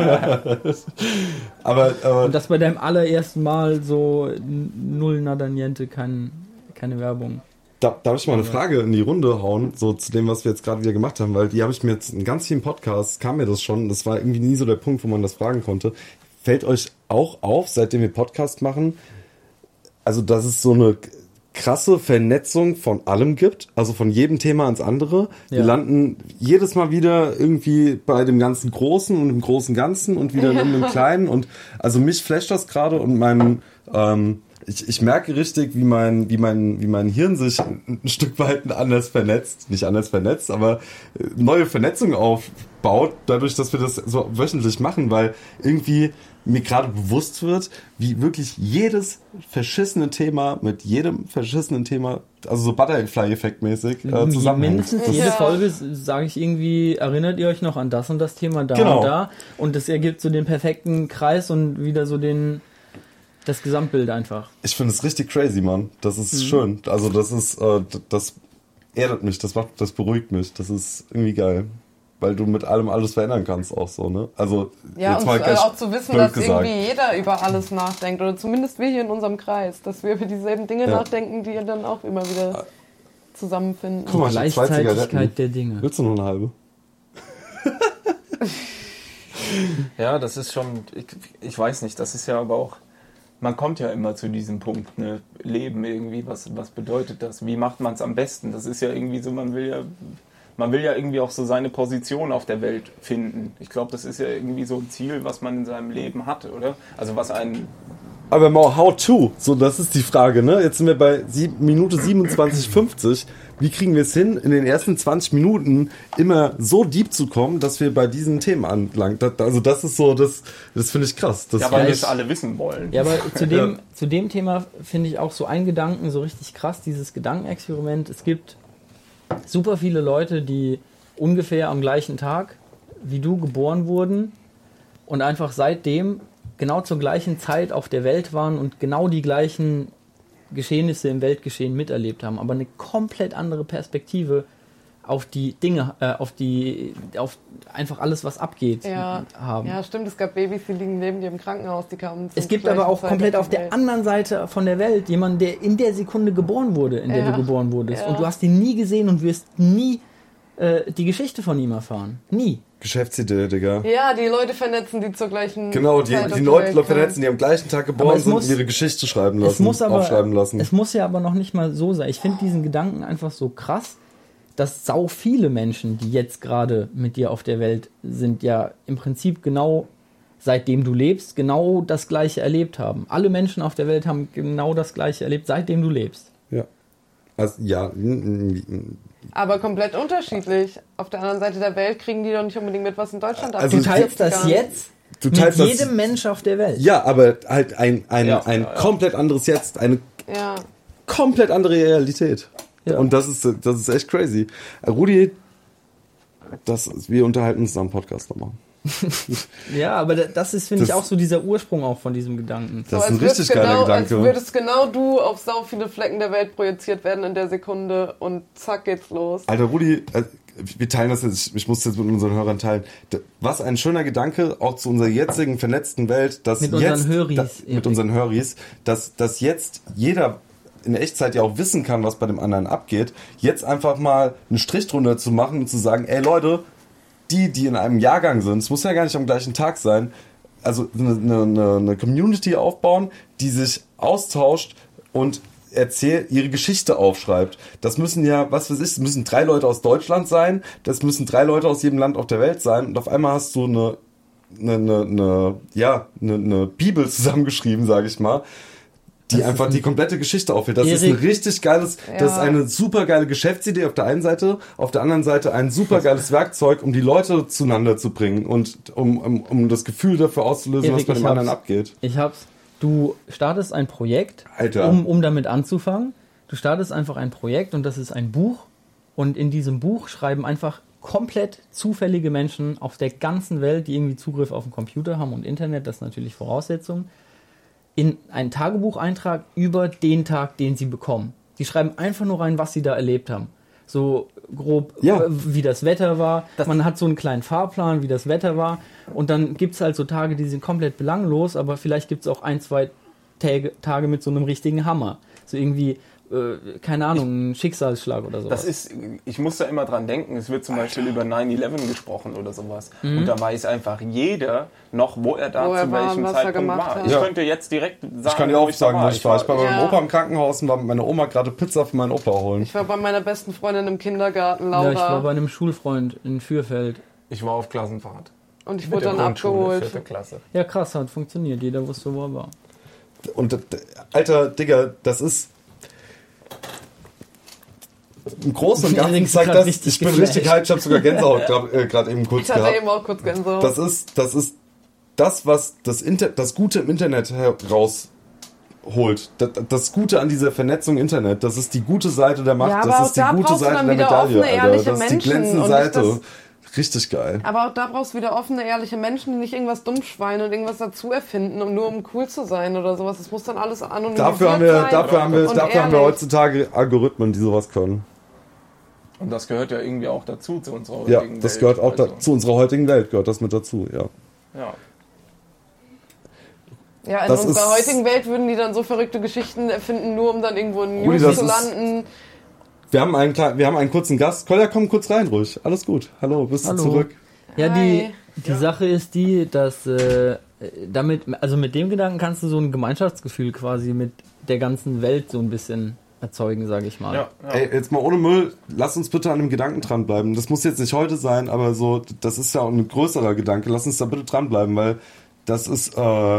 aber Und das bei deinem allerersten Mal so null nada niente, keine Werbung. darf ich mal eine Frage in die Runde hauen, so zu dem, was wir jetzt gerade wieder gemacht haben, weil die habe ich mir jetzt in ganz vielen Podcasts, kam mir das schon, das war irgendwie nie so der Punkt, wo man das fragen konnte. Fällt euch auch auf, seitdem wir Podcast machen, also dass es so eine krasse Vernetzung von allem gibt, also von jedem Thema ans andere. Ja. Wir landen jedes Mal wieder irgendwie bei dem ganzen Großen und dem großen Ganzen und wieder in dem Kleinen und also mich flasht das gerade und meinem ich merke richtig, wie mein Hirn sich ein Stück weit anders vernetzt, nicht anders vernetzt, aber neue Vernetzung aufbaut, dadurch, dass wir das so wöchentlich machen, weil irgendwie mir gerade bewusst wird, wie wirklich jedes verschissene Thema mit jedem verschissenen Thema, also so Butterfly-Effekt mäßig, zusammenhängt. Mindestens jede Folge sage ich irgendwie, erinnert ihr euch noch an das und das Thema da und da und das ergibt so den perfekten Kreis und wieder so das Gesamtbild einfach. Ich finde es richtig crazy, Mann. Das ist schön. Also das ist, das erdet mich, das beruhigt mich. Das ist irgendwie geil. Weil du mit allem alles verändern kannst auch so, ne? Also ja, jetzt und mal auch zu wissen, dass gesagt. irgendwie jeder über alles nachdenkt. Oder zumindest wir hier in unserem Kreis. Dass wir über dieselben Dinge nachdenken, die dann auch immer wieder zusammenfinden. Guck mal, Gleichzeitigkeit der Dinge. Willst du noch eine halbe? Ja, das ist schon, ich weiß nicht, das ist ja aber auch, man kommt ja immer zu diesem Punkt, ne? Leben irgendwie, was bedeutet das? Wie macht man es am besten? Das ist ja irgendwie so, man will ja irgendwie auch so seine Position auf der Welt finden. Ich glaube, das ist ja irgendwie so ein Ziel, was man in seinem Leben hat, oder? Also was einen... Aber mal how to? So, das ist die Frage, ne? Jetzt sind wir bei Minute 27,50. Wie kriegen wir es hin, in den ersten 20 Minuten immer so deep zu kommen, dass wir bei diesen Themen angelangen? Also das ist so, das finde ich krass. Das weil wir es alle wissen wollen. Ja, aber zu dem Thema finde ich auch so einen Gedanken so richtig krass, dieses Gedankenexperiment. Es gibt super viele Leute, die ungefähr am gleichen Tag wie du geboren wurden und einfach seitdem genau zur gleichen Zeit auf der Welt waren und genau die gleichen Geschehnisse im Weltgeschehen miterlebt haben, aber eine komplett andere Perspektive auf die Dinge, auf einfach alles, was abgeht, haben. Ja, stimmt, es gab Babys, die liegen neben dir im Krankenhaus, die kamen Es gibt aber auch komplett auf der anderen Seite von der Welt jemanden, der in der Sekunde geboren wurde, in der du geboren wurdest. Ja. Und du hast ihn nie gesehen und wirst nie die Geschichte von ihm erfahren. Nie. Geschäftsidee, Digga. Ja, die Leute vernetzen, die zur gleichen Genau, Zeit die Leute vernetzen, die am gleichen Tag geboren sind und ihre Geschichte schreiben lassen, aufschreiben lassen. Es muss ja aber noch nicht mal so sein. Ich finde diesen Gedanken einfach so krass, dass sau viele Menschen, die jetzt gerade mit dir auf der Welt sind, ja im Prinzip genau, seitdem du lebst, genau das Gleiche erlebt haben. Alle Menschen auf der Welt haben genau das Gleiche erlebt, seitdem du lebst. Ja. Also, ja. Aber komplett unterschiedlich. Auf der anderen Seite der Welt kriegen die doch nicht unbedingt mit, was in Deutschland Also du teilst das jetzt mit jedem Mensch auf der Welt. Ja, aber halt ein komplett anderes Jetzt, eine komplett andere Realität. Ja. Und das ist echt crazy. Rudi, wir unterhalten uns am Podcast nochmal. Ja, aber das ist, finde ich, auch so dieser Ursprung auch von diesem Gedanken. Das ist ein als würd's richtig geiler Gedanke. Als würdest genau du auf sau viele Flecken der Welt projiziert werden in der Sekunde und zack geht's los. Alter Rudi, wir teilen das jetzt, ich muss das jetzt mit unseren Hörern teilen. Was ein schöner Gedanke, auch zu unserer jetzigen vernetzten Welt, dass Mit jetzt, unseren Höris, mit unseren Höris, dass jetzt jeder in Echtzeit ja auch wissen kann, was bei dem anderen abgeht, jetzt einfach mal einen Strich drunter zu machen und zu sagen, ey Leute, die in einem Jahrgang sind, es muss ja gar nicht am gleichen Tag sein, also eine Community aufbauen, die sich austauscht und ihre Geschichte aufschreibt. Das müssen ja, was weiß ich, es müssen 3 Leute aus Deutschland sein, das müssen 3 Leute aus jedem Land auf der Welt sein und auf einmal hast du eine Bibel zusammengeschrieben, sage ich mal, die einfach die komplette Geschichte aufhält. Das ist ein richtig geiles, das ist eine super geile Geschäftsidee auf der einen Seite, auf der anderen Seite ein super geiles Werkzeug, um die Leute zueinander zu bringen und um das Gefühl dafür auszulösen, Erik, was bei dem anderen abgeht. Ich hab's. Du startest ein Projekt, Alter. um damit anzufangen. Du startest einfach ein Projekt und das ist ein Buch. Und in diesem Buch schreiben einfach komplett zufällige Menschen auf der ganzen Welt, die irgendwie Zugriff auf den Computer haben und Internet, das ist natürlich Voraussetzung, in einen Tagebucheintrag über den Tag, den sie bekommen. Die schreiben einfach nur rein, was sie da erlebt haben. So grob, wie das Wetter war. Man hat so einen kleinen Fahrplan, wie das Wetter war. Und dann gibt's halt so Tage, die sind komplett belanglos, aber vielleicht gibt's auch 1-2 Tage mit so einem richtigen Hammer. So irgendwie, keine Ahnung, ein Schicksalsschlag oder sowas. Das ist, ich muss da immer dran denken, es wird zum Beispiel über 9/11 gesprochen oder sowas. Und da weiß einfach jeder noch, wo er da zu welchem Zeitpunkt war. Ich könnte jetzt direkt sagen, ich kann dir auch sagen, wo ich war. Ich war bei meinem Ja. Opa im Krankenhaus und war mit meiner Oma gerade Pizza für meinen Opa holen. Ich war bei meiner besten Freundin im Kindergarten, Laura. Ja, ich war bei einem Schulfreund in Fürfeld. Ich war auf Klassenfahrt. und ich Mit wurde der dann Grundschule, abgeholt. 4. Klasse. Ja, krass, hat funktioniert. Jeder wusste, wo er war. Und Alter, Digga, das ist im Großen und Ganzen Erik, zeigt grad das, richtig ich bin geflasht. richtig hyped, ich habe sogar Gänsehaut gerade eben kurz Ich hatte gehabt. eben auch kurz Gänsehaut. Das ist das, was das Gute im Internet herausholt. Das Gute an dieser Vernetzung Internet, das ist die gute Seite der Macht, Ja, aber das auch ist die da gute brauchst du Seite dann der wieder Medaille, offene, Alter. ehrliche Das ist die Menschen glänzende und Seite. nicht Richtig geil. Aber auch da brauchst du wieder offene, ehrliche Menschen, die nicht irgendwas dummschweinen und irgendwas dazu erfinden, um cool zu sein oder sowas. Das muss dann alles anonymisiert Dafür haben sein. wir heutzutage Algorithmen, die sowas können. Und das gehört ja irgendwie auch dazu, zu unserer Ja, heutigen das Welt. gehört auch Also, zu unserer heutigen Welt, gehört das mit dazu, ja. ja. Ja, in Das unserer ist- heutigen Welt würden die dann so verrückte Geschichten erfinden, nur um dann irgendwo in Rudi, News das zu ist- landen. Wir haben einen kurzen Gast. Kolja, komm kurz rein, ruhig. Alles gut. Hallo, bist du Hallo. zurück? Ja, Hi. die Sache ist die, dass mit dem Gedanken kannst du so ein Gemeinschaftsgefühl quasi mit der ganzen Welt so ein bisschen erzeugen, sage ich mal. Ja. Ey, jetzt mal ohne Müll, lass uns bitte an dem Gedanken dranbleiben. Das muss jetzt nicht heute sein, aber so, das ist ja auch ein größerer Gedanke. Lass uns da bitte dranbleiben, weil das ist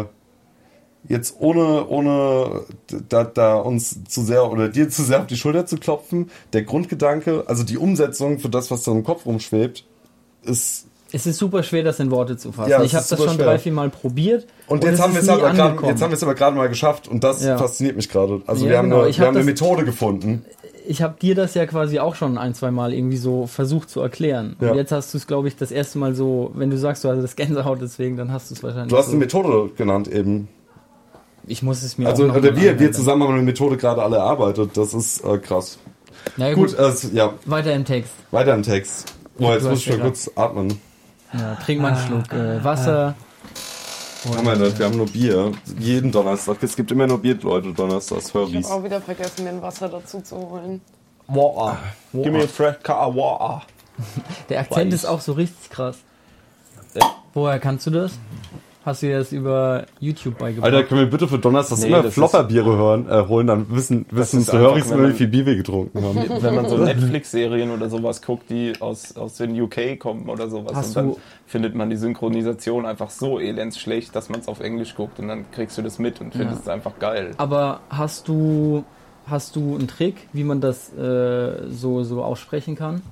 jetzt ohne da uns zu sehr oder dir zu sehr auf die Schulter zu klopfen. Der Grundgedanke, also die Umsetzung für das, was da im Kopf rumschwebt, ist. Es ist super schwer, das in Worte zu fassen. Ja, es ich habe ist das super schon schwer. 3-4 Mal probiert. Und jetzt es haben wir ist es nie aber gerade mal geschafft und das Ja. fasziniert mich gerade. Also Ja, wir haben genau. wir haben eine Methode gefunden. Ich habe dir das ja quasi auch schon 1-2 Mal irgendwie so versucht zu erklären. Ja. Und jetzt hast du es, glaube ich, das erste Mal so, wenn du sagst, du hast das Gänsehaut deswegen, dann hast du es wahrscheinlich Du hast so. eine Methode genannt eben. Ich muss es mir Also auch noch oder mal wir anhören. zusammen haben eine Methode gerade alle erarbeitet. Das ist krass. Naja, Gut, ja, weiter im Text. weiter im Text. Oh, jetzt Du muss hast ich mal ja kurz atmen. Ja, trink mal einen Schluck Wasser. Haben wir nicht, wir haben nur Bier. Jeden Donnerstag. Es gibt immer nur Bier, Leute, Donnerstags. Ich Höris. habe auch wieder vergessen, mir ein Wasser dazu zu holen. Wow. Give me a fresh car, wow. Der Akzent ist auch so richtig krass. Woher kannst du das? Hast du dir das über YouTube beigebracht? Alter, können wir bitte für Donnerstags Nee, immer das Flopperbiere holen, dann wissen ist unsere einfach, Höris wenn immer, wie man- viel Bier wir getrunken haben. Wenn man so Netflix-Serien oder sowas guckt, die aus den UK kommen oder sowas, Hast und dann du- findet man die Synchronisation einfach so elends schlecht, dass man es auf Englisch guckt und dann kriegst du das mit und findest es einfach geil. Aber hast du einen Trick, wie man das so aussprechen kann?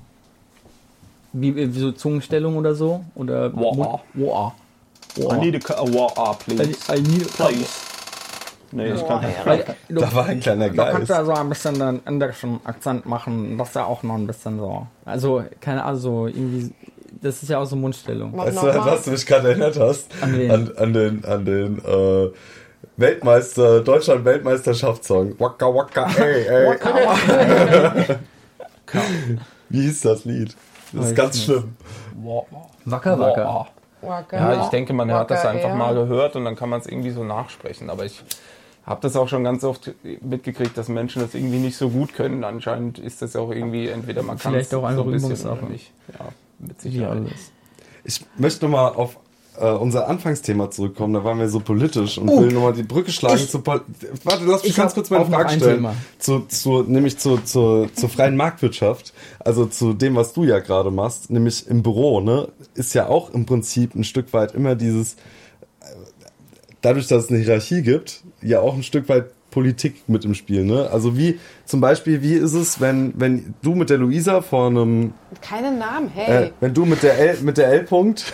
Wie so Zungenstellung oder so? Oder Wow. Wow. I need a wow, please. I need Please. Nee, ich kann nicht. Da war ein kleiner Da kannst Geist. du ja so ein bisschen einen indischen Akzent machen, das ist ja auch noch ein bisschen so. Also, keine Ahnung, so irgendwie das ist ja auch so Mundstellung. Mach Weißt du, nochmal. was du mich gerade erinnert hast? An wen? An den Deutschland-Weltmeisterschaftssong. Waka waka, ey. Wie hieß das Lied? Das ist Weiß ganz nicht. schlimm. Wacker, wacker. Ja, ich denke, man hat das Wacker, einfach ja. mal gehört und dann kann man es irgendwie so nachsprechen. Aber ich habe das auch schon ganz oft mitgekriegt, dass Menschen das irgendwie nicht so gut können. Anscheinend ist das auch irgendwie entweder man kann Vielleicht auch einfach so ein bisschen Übungssache. oder nicht. Ja, mit Wie Sicherheit. alles. Ich möchte nochmal auf unser Anfangsthema zurückkommen. Da waren wir so politisch und will nochmal die Brücke schlagen zu Warte, lass mich Ich ganz hab kurz meine auch noch Frage ein stellen. Thema. Nämlich zur freien Marktwirtschaft. Also zu dem, was du ja gerade machst, nämlich im Büro, ne, ist ja auch im Prinzip ein Stück weit immer dieses, dadurch, dass es eine Hierarchie gibt, ja auch ein Stück weit Politik mit im Spiel, ne? Also wie ist es, wenn du mit der Luisa vor einem Keinen Namen, hey. wenn du mit der L-Punkt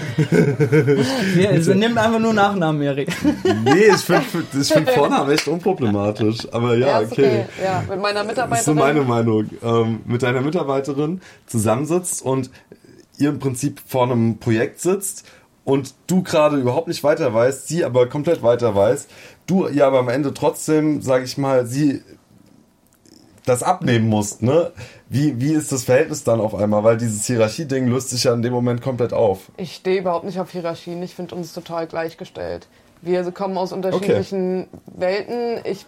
Also nimm einfach nur Nachnamen, Erik. Nee, ich find Vornamen echt unproblematisch. Aber ja, ist okay. Ja, mit meiner Mitarbeiterin. Das ist so meine Meinung. Mit deiner Mitarbeiterin zusammensitzt und ihr im Prinzip vor einem Projekt sitzt und du gerade überhaupt nicht weiter weißt, sie aber komplett weiter weiß, du ja aber am Ende trotzdem, sag ich mal, sie das abnehmen musst, ne? Wie ist das Verhältnis dann auf einmal? Weil dieses Hierarchie-Ding löst sich ja in dem Moment komplett auf. Ich stehe überhaupt nicht auf Hierarchien. Ich finde uns total gleichgestellt. Wir kommen aus unterschiedlichen Welten. Ich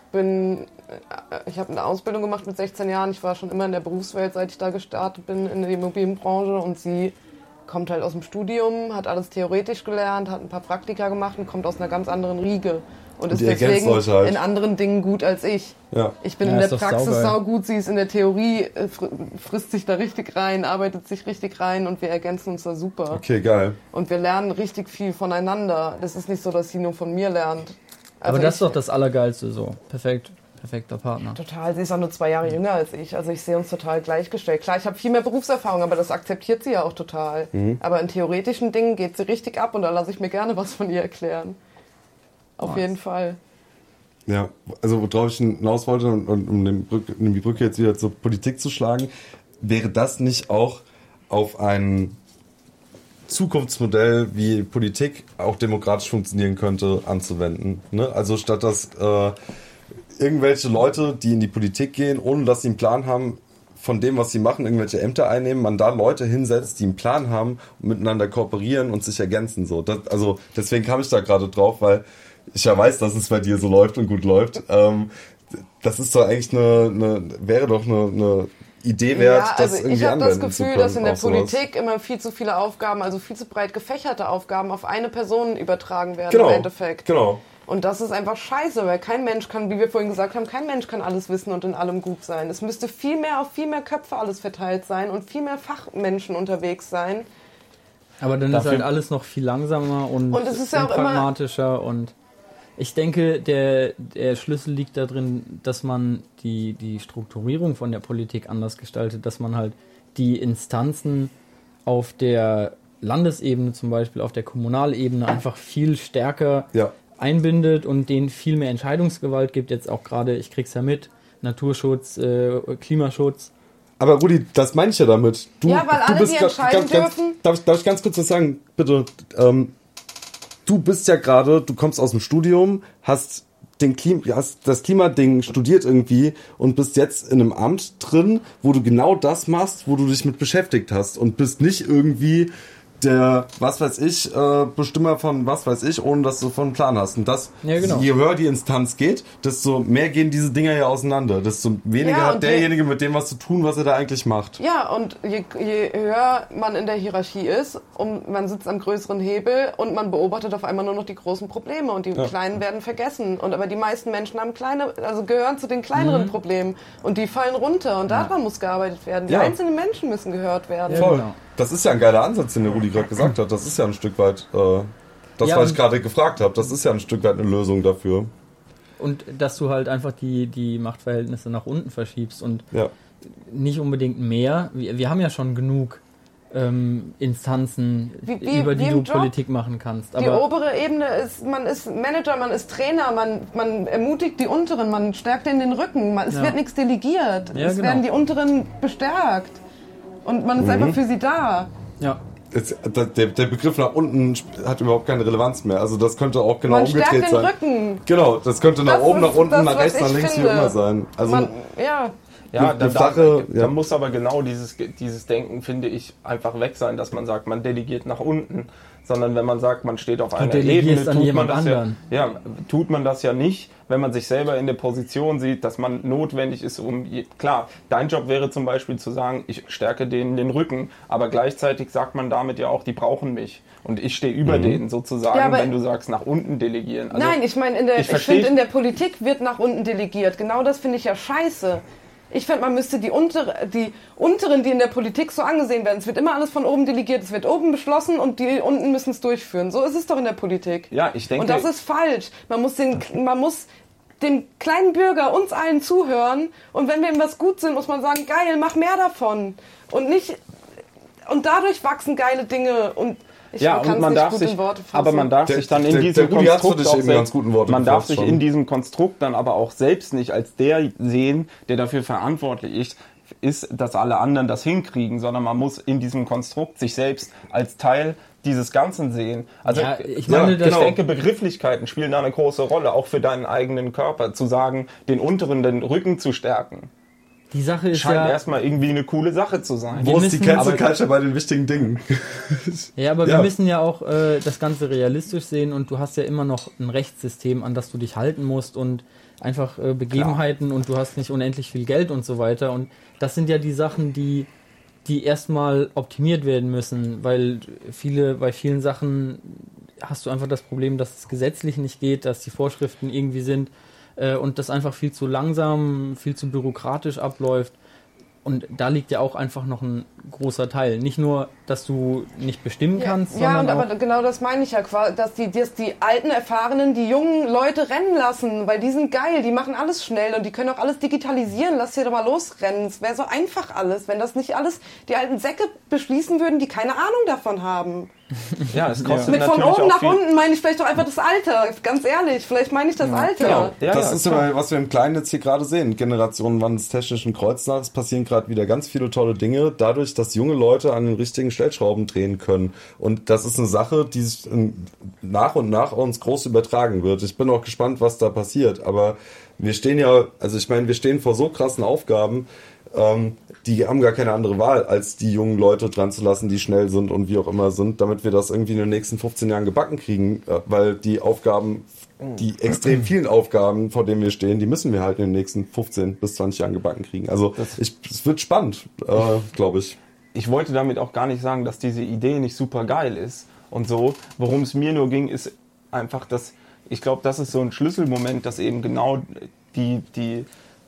habe eine Ausbildung gemacht mit 16 Jahren. Ich war schon immer in der Berufswelt, seit ich da gestartet bin in der Immobilienbranche. Und sie kommt halt aus dem Studium, hat alles theoretisch gelernt, hat ein paar Praktika gemacht und kommt aus einer ganz anderen Riege. Und ist ihr ergänzt deswegen euch halt. in anderen Dingen gut als ich. Ja. Ich bin Ja, in ist der doch Praxis saugeil. saugut, sie ist in der Theorie, frisst sich da richtig rein, arbeitet sich richtig rein und wir ergänzen uns da super. Okay, geil. Und wir lernen richtig viel voneinander. Das ist nicht so, dass sie nur von mir lernt. Also Aber das ist doch das Allergeilste so. Perfekter Partner. Total, sie ist auch nur 2 Jahre jünger als ich. Also ich sehe uns total gleichgestellt. Klar, ich habe viel mehr Berufserfahrung, aber das akzeptiert sie ja auch total. Aber in theoretischen Dingen geht sie richtig ab und da lasse ich mir gerne was von ihr erklären. Auf jeden Fall. Ja, also worauf ich hinaus wollte, und um die Brücke jetzt wieder zur Politik zu schlagen, wäre das nicht auch auf ein Zukunftsmodell, wie Politik auch demokratisch funktionieren könnte, anzuwenden? Ne? Also statt dass irgendwelche Leute, die in die Politik gehen, ohne dass sie einen Plan haben von dem, was sie machen, irgendwelche Ämter einnehmen, man da Leute hinsetzt, die einen Plan haben und miteinander kooperieren und sich ergänzen. So. Also deswegen kam ich da gerade drauf, weil ich ja weiß, dass es bei dir so läuft und gut läuft. Das ist doch eigentlich wäre doch eine Idee wert, Ja, das also irgendwie ich habe anwenden das zu Gefühl, können. dass in der auf sowas. Politik immer viel zu viele Aufgaben, also viel zu breit gefächerte Aufgaben auf eine Person übertragen werden Genau, im Endeffekt. genau. Und das ist einfach scheiße, weil kein Mensch kann, wie wir vorhin gesagt haben, kein Mensch kann alles wissen und in allem gut sein. Es müsste viel mehr auf viel mehr Köpfe alles verteilt sein und viel mehr Fachmenschen unterwegs sein. Aber dann ist halt alles noch viel langsamer und es ist ja auch immer- pragmatischer und ich denke, der Schlüssel liegt da drin, dass man die Strukturierung von der Politik anders gestaltet, dass man halt die Instanzen auf der Landesebene zum Beispiel, auf der Kommunalebene einfach viel stärker einbindet und denen viel mehr Entscheidungsgewalt gibt. Jetzt auch gerade, ich krieg's ja mit, Naturschutz, Klimaschutz. Aber Rudi, das meine ich ja damit. Ja, weil alle, die entscheiden dürfen. Darf ich ganz kurz was sagen? Bitte. Du bist ja gerade, du kommst aus dem Studium, hast das Klimading studiert irgendwie und bist jetzt in einem Amt drin, wo du genau das machst, wo du dich mit beschäftigt hast und bist nicht irgendwie der, was weiß ich, Bestimmer von was weiß ich, ohne dass du von einem Plan hast. Und das, Ja, genau. je höher die Instanz geht, desto mehr gehen diese Dinger ja auseinander. Desto weniger Ja, hat und derjenige mit dem was zu tun, was er da eigentlich macht. Ja, und je höher man in der Hierarchie ist und man sitzt am größeren Hebel und man beobachtet auf einmal nur noch die großen Probleme und die kleinen werden vergessen. Aber die meisten Menschen haben gehören zu den kleineren Problemen und die fallen runter und daran muss gearbeitet werden. Die einzelnen Menschen müssen gehört werden. Ja, Voll. genau. Das ist ja ein geiler Ansatz, den der Rudi gerade gesagt hat. Das ist ja ein Stück weit, was ich gerade gefragt habe, das ist ja ein Stück weit eine Lösung dafür. Und dass du halt einfach die Machtverhältnisse nach unten verschiebst und Ja. nicht unbedingt mehr. Wir haben ja schon genug Instanzen, Wie über die im du Job. Politik machen kannst. Die Aber obere Ebene ist, man ist Manager, man ist Trainer, man ermutigt die Unteren, man stärkt denen den Rücken, es wird nichts delegiert, Ja, es genau. werden die Unteren bestärkt und man ist einfach für sie da. ja, der Begriff nach unten hat überhaupt keine Relevanz mehr. Also das könnte auch genau Man umgedreht stärkt den sein. Rücken. Genau, das könnte nach Das oben, nach ist unten, das, nach was rechts, nach ich links, wie finde. immer sein. Also Ja, Ja, Eine Sache, ja. da muss aber genau dieses Denken, finde ich, einfach weg sein, dass man sagt, man delegiert nach unten, sondern wenn man sagt, man steht auf einer delegierst Ebene, an tut man jemand das anderen. tut man das ja nicht, wenn man sich selber in der Position sieht, dass man notwendig ist, klar, dein Job wäre zum Beispiel zu sagen, ich stärke denen den Rücken, aber gleichzeitig sagt man damit ja auch, die brauchen mich und ich stehe über denen sozusagen, Ja, aber- wenn du sagst, nach unten delegieren. Also, nein, ich meine, ich finde, in der Politik wird nach unten delegiert. Genau das finde ich ja scheiße. Ich finde, man müsste die Unteren, die in der Politik so angesehen werden, es wird immer alles von oben delegiert, es wird oben beschlossen und die unten müssen es durchführen. So ist es doch in der Politik. Ja, ich denke... Und das ist falsch. Man muss dem kleinen Bürger, uns allen zuhören und wenn wir ihm was gut sind, muss man sagen, geil, mach mehr davon. Und dadurch wachsen geile Dinge und ich Ja, kann und man es nicht darf gut sich, in Worte fassen. aber man darf sich dann in der diesem Rudi hat's für Konstrukt dich auch eben selbst, ganz guten Worte man darf gefasst sich schon. in diesem Konstrukt dann aber auch selbst nicht als der sehen, der dafür verantwortlich ist, dass alle anderen das hinkriegen, sondern man muss in diesem Konstrukt sich selbst als Teil dieses Ganzen sehen. Also Ja, ich meine, ich denke, Begrifflichkeiten spielen da eine große Rolle, auch für deinen eigenen Körper, zu sagen, den unteren, den Rücken zu stärken. Die Sache ist Scheint ja, erstmal irgendwie eine coole Sache zu sein. wo ist die müssen- Cancel Culture bei den wichtigen Dingen? ja, aber Ja. wir müssen ja auch das Ganze realistisch sehen und du hast ja immer noch ein Rechtssystem, an das du dich halten musst und einfach Begebenheiten und du hast nicht unendlich viel Geld und so weiter und das sind ja die Sachen, die erstmal optimiert werden müssen, weil bei vielen Sachen hast du einfach das Problem, dass es gesetzlich nicht geht, dass die Vorschriften irgendwie sind und das einfach viel zu langsam, viel zu bürokratisch abläuft. Und da liegt ja auch einfach noch ein großer Teil. Nicht nur, dass du nicht bestimmen kannst, Ja, sondern und auch... aber genau das meine ich ja, dass die alten, erfahrenen, die jungen Leute rennen lassen, weil die sind geil, die machen alles schnell und die können auch alles digitalisieren. Lass sie doch mal losrennen. Es wäre so einfach alles, wenn das nicht alles die alten Säcke beschließen würden, die keine Ahnung davon haben. Ja, es kostet Mit von natürlich oben auch nach viel. unten meine ich vielleicht doch einfach das Alter. Ganz ehrlich, vielleicht meine ich das Alter. Genau. Ja, Das ja, ist klar. ja, was wir im Kleinen jetzt hier gerade sehen. Generationenwandel des technischen Kreuznachts passieren gerade wieder ganz viele tolle Dinge, dadurch, dass junge Leute an den richtigen Stellschrauben drehen können. Und das ist eine Sache, die sich nach und nach uns groß übertragen wird. Ich bin auch gespannt, was da passiert. Aber wir stehen wir stehen vor so krassen Aufgaben, die haben gar keine andere Wahl, als die jungen Leute dran zu lassen, die schnell sind und wie auch immer sind, damit wir das irgendwie in den nächsten 15 Jahren gebacken kriegen, weil die extrem vielen Aufgaben, vor denen wir stehen, die müssen wir halt in den nächsten 15 bis 20 Jahren gebacken kriegen. Also es wird spannend, glaube ich. Ich wollte damit auch gar nicht sagen, dass diese Idee nicht super geil ist und so. Worum es mir nur ging, ist einfach, dass ich glaube, das ist so ein Schlüsselmoment, dass eben genau die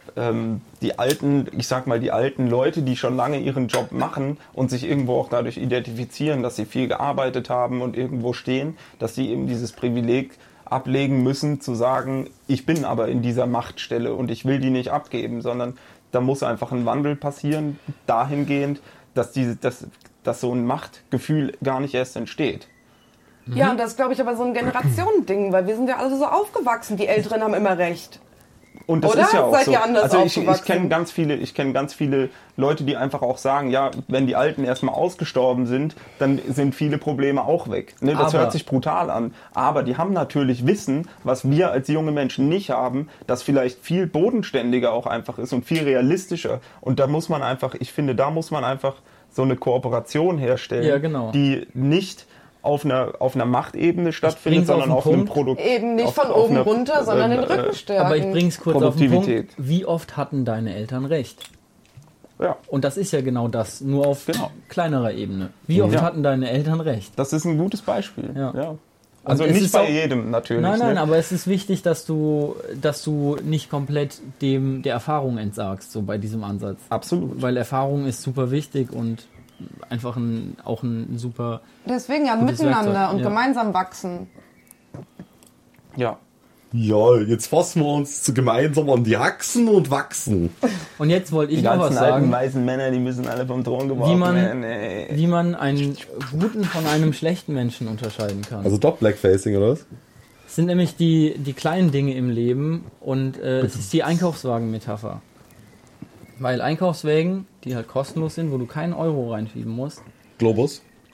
alten Leute, die schon lange ihren Job machen und sich irgendwo auch dadurch identifizieren, dass sie viel gearbeitet haben und irgendwo stehen, dass sie eben dieses Privileg ablegen müssen, zu sagen, ich bin aber in dieser Machtstelle und ich will die nicht abgeben, sondern da muss einfach ein Wandel passieren, dahingehend, dass so ein Machtgefühl gar nicht erst entsteht. Ja, und das ist, glaube ich, aber so ein Generationending, weil wir sind ja alle so aufgewachsen. Die Älteren haben immer recht. Und das Oder? ist ja auch Seid so. ihr anders Also ich aufgewachsen? kenne ganz viele Leute, die einfach auch sagen, ja, wenn die Alten erstmal ausgestorben sind, dann sind viele Probleme auch weg. Ne, das Aber- hört sich brutal an. Aber die haben natürlich Wissen, was wir als junge Menschen nicht haben, das vielleicht viel bodenständiger auch einfach ist und viel realistischer. Und da muss man einfach so eine Kooperation herstellen, Ja, genau. die nicht auf einer Machtebene stattfindet, bring's auf sondern den auf einem Punkt. Produkt. Eben nicht auf- von auf oben einer- runter, sondern den Rücken stärken. Aber ich bring's kurz auf den Punkt. Produktivität. Wie oft hatten deine Eltern recht? Ja. Und das ist ja genau das, nur auf Genau. kleinerer Ebene. Wie oft Ja. hatten deine Eltern recht? Das ist ein gutes Beispiel. Ja. Also Und es nicht ist bei auch- jedem natürlich. Nein, ne? aber es ist wichtig, dass du nicht komplett der Erfahrung entsagst, so bei diesem Ansatz. Absolut. Weil Erfahrung ist super wichtig und einfach auch ein super... Deswegen ja Gutes miteinander Werkzeug, und ja. gemeinsam wachsen. Ja. Ja, jetzt fassen wir uns zu gemeinsam an die Achsen und wachsen. Und jetzt wollte ich Die noch was ganzen alten sagen, weißen Männer, die müssen alle vom Thron wie geworfen man, werden. ey. wie man einen guten von einem schlechten Menschen unterscheiden kann. Also doch Blackfacing, oder was? Es sind nämlich die kleinen Dinge im Leben und es ist die Einkaufswagen-Metapher. Weil Einkaufswagen, die halt kostenlos sind, wo du keinen Euro reinschieben musst, Globus?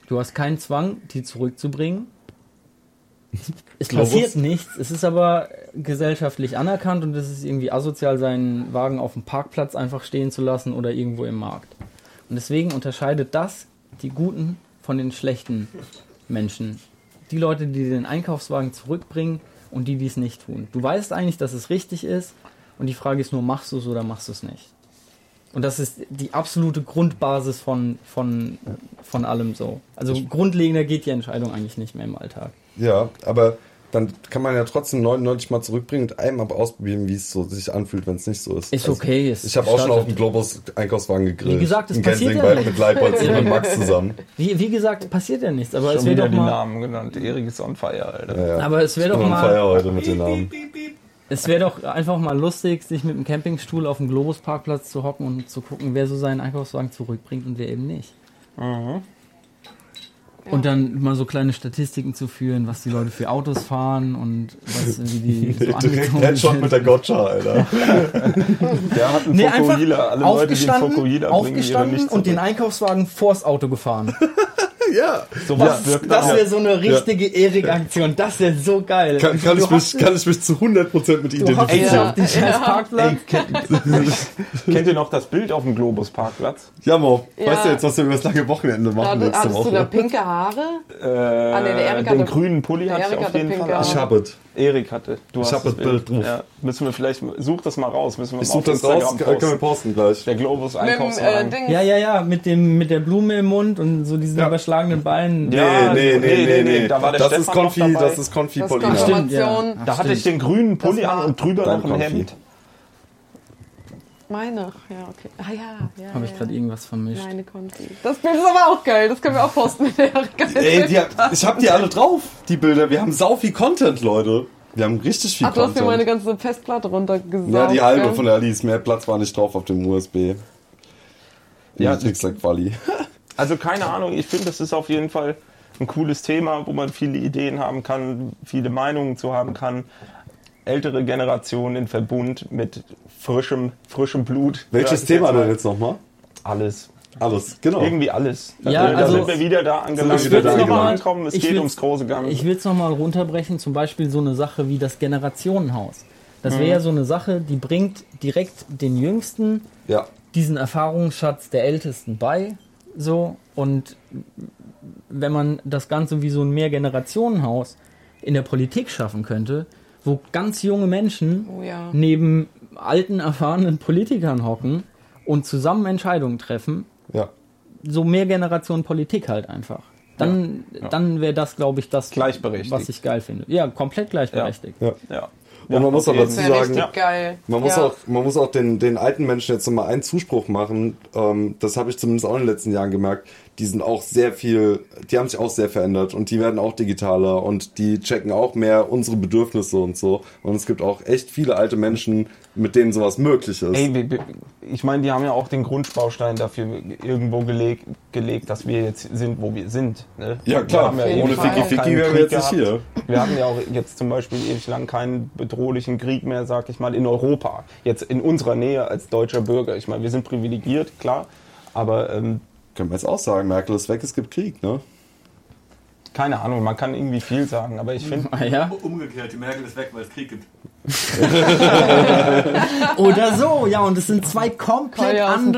Du hast keinen Zwang, die zurückzubringen. Es passiert nichts, es ist aber gesellschaftlich anerkannt und es ist irgendwie asozial, seinen Wagen auf dem Parkplatz einfach stehen zu lassen oder irgendwo im Markt. Und deswegen unterscheidet das die guten von den schlechten Menschen. Die Leute, die den Einkaufswagen zurückbringen und die es nicht tun. Du weißt eigentlich, dass es richtig ist und die Frage ist nur, machst du es oder machst du es nicht? Und das ist die absolute Grundbasis von allem so. Also grundlegender geht die Entscheidung eigentlich nicht mehr im Alltag. Ja, aber dann kann man ja trotzdem 99 mal zurückbringen und einmal ausprobieren, wie es so sich anfühlt, wenn es nicht so ist. Ist okay. Ich habe auch schon auf dem Globus Einkaufswagen gegrillt. Wie gesagt, es in passiert Gensing ja mit Leipold und Max zusammen. Wie gesagt, passiert ja nichts. Aber Schon es wäre wieder doch die mal. Namen genannt. Erik ist on fire, Alter. Ja, ja. Aber es wäre Ich doch bin on mal. fire heute mit den Namen. Es wäre doch einfach mal lustig, sich mit dem Campingstuhl auf dem Globus-Parkplatz zu hocken und zu gucken, wer so seinen Einkaufswagen zurückbringt und wer eben nicht. Und dann mal so kleine Statistiken zu führen, was die Leute für Autos fahren und wie die so Direkt angezogen Headshot sind. mit der Gotcha, Alter. Der hat einen einfach Fokuhila. Alle Leute, die einen Fokuhila bringen, aufgestanden nicht und den zurück. Einkaufswagen vors Auto gefahren. Ja. Sowas wirkt Das auch. wäre so eine richtige Erik-Aktion. Das wäre so geil. Kann ich mich zu 100% mit Du hockst identifizieren. auf den scheiß Parkplatz. Kennt ihr noch das Bild auf dem Globus-Parkplatz? Ja, Mo, Ja. weißt du jetzt, was wir über das lange Wochenende machen nächste Hattest du da Woche? pinke Haare? Den nee, der Erik hatte- grünen Pulli der hatte ich Erik auf hatte jeden pinke Fall. Haare. Ich habe es. Erik hatte. Du Ich hast hab das Bild drauf. Ja, müssen wir vielleicht, such das mal raus. Müssen wir Ich mal suche auf das raus, Instagram können wir posten gleich. Der Globus Mit dem Einkaufswagen. Ding. Ja, mit der Blume im Mund und so diesen Ja. überschlagenen Beinen. Ja, Nee. Da war der Das Stefan ist Konfi, noch dabei. das ist Konfi Das Paulina. kommt Stimmt, ja. Information. Da hatte ich den grünen Pulli Das war an und drüber dein noch ein Konfi. Hemd. Meine. Ja, okay. Ah ja. Habe ich gerade irgendwas vermischt. Meine Konfi. Das Bild ist aber auch geil. Das können wir auch posten mit der Ey, ich hab die alle drauf, die Bilder. Wir haben sau viel Content, Leute. Wir haben richtig viel Ach, du hast mir meine Content. ganze Festplatte runtergesaugt. Ja, die halbe gell? von der Alice. Mehr Platz war nicht drauf auf dem USB. Ja, Ja, Quali. Also keine Ahnung, ich finde, das ist auf jeden Fall ein cooles Thema, wo man viele Ideen haben kann, viele Meinungen zu haben kann. Ältere Generationen in Verbund mit frischem Blut. Welches Ja, Thema jetzt denn jetzt nochmal? Alles. Alles, genau. Irgendwie alles. Ja, da also- sind wir wieder da angelangt. Sind wir wieder wo da wir angelangt. ankommen. Es geht ums große Ganze. Ich will es nochmal runterbrechen, zum Beispiel so eine Sache wie das Generationenhaus. Das wäre ja so eine Sache, die bringt direkt den Jüngsten Ja. diesen Erfahrungsschatz der Ältesten bei. So, und wenn man das Ganze wie so ein Mehrgenerationenhaus in der Politik schaffen könnte, wo ganz junge Menschen Oh ja. neben alten, erfahrenen Politikern hocken und zusammen Entscheidungen treffen, Ja. so Mehrgenerationen Politik halt einfach. Dann wäre das, glaube ich, das, Gleichberechtigt. was ich geil finde. Ja, komplett gleichberechtigt. Ja. Ja. Und man muss auf aber jeden dazu Das wäre sagen, richtig geil. Man muss auch den alten Menschen jetzt nochmal einen Zuspruch machen. Das habe ich zumindest auch in den letzten Jahren gemerkt. Die sind auch die haben sich auch sehr verändert und die werden auch digitaler und die checken auch mehr unsere Bedürfnisse und so. Und es gibt auch echt viele alte Menschen, mit denen sowas möglich ist. Ey, ich meine, die haben ja auch den Grundbaustein dafür irgendwo gelegt, dass wir jetzt sind, wo wir sind. Ne? Ja, klar. Wir haben ja Ohne ewig lang Ficky Ficky keinen wären wir Krieg jetzt nicht gehabt. hier. Wir hatten ja auch jetzt zum Beispiel ewig lang keinen bedrohlichen Krieg mehr, sag ich mal, in Europa. Jetzt in unserer Nähe als deutscher Bürger. Ich meine, wir sind privilegiert, klar, aber Können wir jetzt auch sagen, Merkel ist weg, es gibt Krieg, ne? keine Ahnung, man kann irgendwie viel sagen, aber ich finde, Ah, ja? Umgekehrt, die Merkel ist weg, weil es Krieg gibt. Oder so, ja, und es sind zwei komplett Feuer aus dem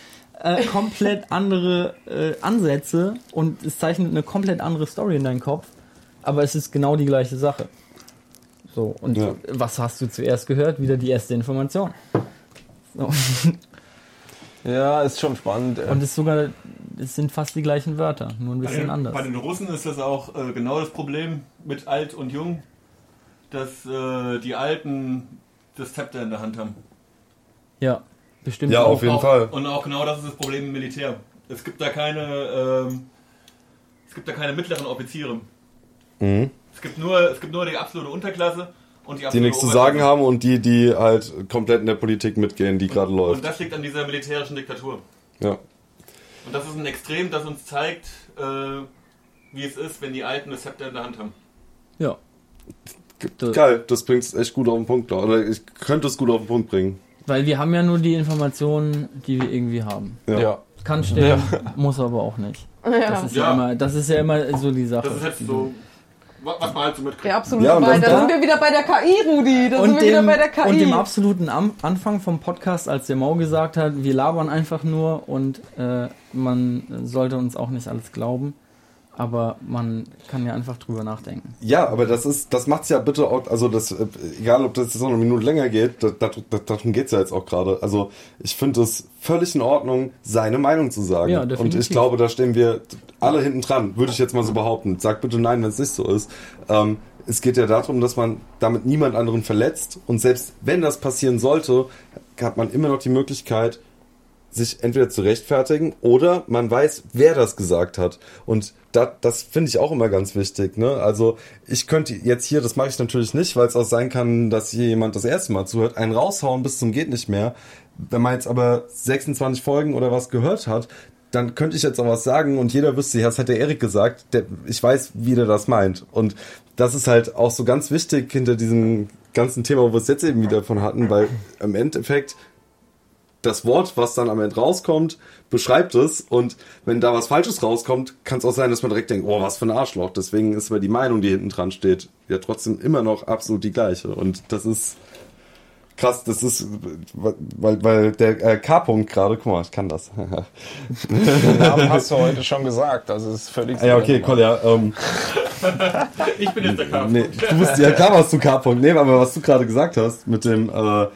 andere Ansätze und es zeichnet eine komplett andere Story in deinen Kopf, aber es ist genau die gleiche Sache. So, und Ja. was hast du zuerst gehört? Wieder die erste Information. So. ja, ist schon spannend. Und es sind fast die gleichen Wörter, nur ein bisschen anders. Bei den Russen ist das auch genau das Problem mit alt und jung, dass die Alten das Zepter in der Hand haben. Ja, bestimmt. Ja, auch. auf jeden Fall. Und auch genau das ist das Problem im Militär. Es gibt da keine mittleren Offiziere. Mhm. Es gibt nur die absolute Unterklasse und die Die absolute nichts zu Oberklasse. sagen haben und die halt komplett in der Politik mitgehen, die gerade Und läuft. das liegt an dieser militärischen Diktatur. Ja. Und das ist ein Extrem, das uns zeigt, wie es ist, wenn die Alten das Zepter in der Hand haben. Ja. Geil, das bringt es echt gut auf den Punkt. Oder ich könnte es gut auf den Punkt bringen. Weil wir haben ja nur die Informationen, die wir irgendwie haben. Ja. Ja. Kann stimmen, muss aber auch nicht. Das ist ja immer so die Sache. Das ist jetzt so, was man halt so mitkriegt. Der absolute Ja, und Wahrheit. das- Da sind wir wieder bei der KI, Rudi. Da sind wir wieder bei der KI. Und dem absoluten Anfang vom Podcast, als der Mau gesagt hat, wir labern einfach nur und man sollte uns auch nicht alles glauben. Aber man kann ja einfach drüber nachdenken. Ja, aber das macht's ja bitte auch, also das, egal ob das jetzt noch eine Minute länger geht, darum geht's ja jetzt auch gerade. Also ich finde es völlig in Ordnung, seine Meinung zu sagen. Ja, und definitiv. ich glaube, da stehen wir alle hinten dran, würde ich jetzt mal so behaupten. Sag bitte nein, wenn es nicht so ist. Es geht ja darum, dass man damit niemand anderen verletzt. Und selbst wenn das passieren sollte, hat man immer noch die Möglichkeit, sich entweder zu rechtfertigen oder man weiß, wer das gesagt hat. Und das finde ich auch immer ganz wichtig. Ne? Also ich könnte jetzt hier, das mache ich natürlich nicht, weil es auch sein kann, dass hier jemand das erste Mal zuhört, einen raushauen bis zum geht nicht mehr. Wenn man jetzt aber 26 Folgen oder was gehört hat, dann könnte ich jetzt auch was sagen und jeder wüsste, ja, das hat der Erik gesagt, ich weiß, wie der das meint. Und das ist halt auch so ganz wichtig hinter diesem ganzen Thema, wo wir es jetzt eben wieder von hatten, weil im Endeffekt das Wort, was dann am Ende rauskommt, beschreibt es und wenn da was Falsches rauskommt, kann es auch sein, dass man direkt denkt, oh, was für ein Arschloch. Deswegen ist aber die Meinung, die hinten dran steht, ja trotzdem immer noch absolut die gleiche und das ist krass, das ist, weil der K-Punkt gerade, guck mal, ich kann das. Den Namen hast du heute schon gesagt, also es ist völlig... Ja, okay, Kolja, Ich bin jetzt der K. nee, du bist, ja klar warst du K-Punkt, nee, aber was du gerade gesagt hast, mit dem,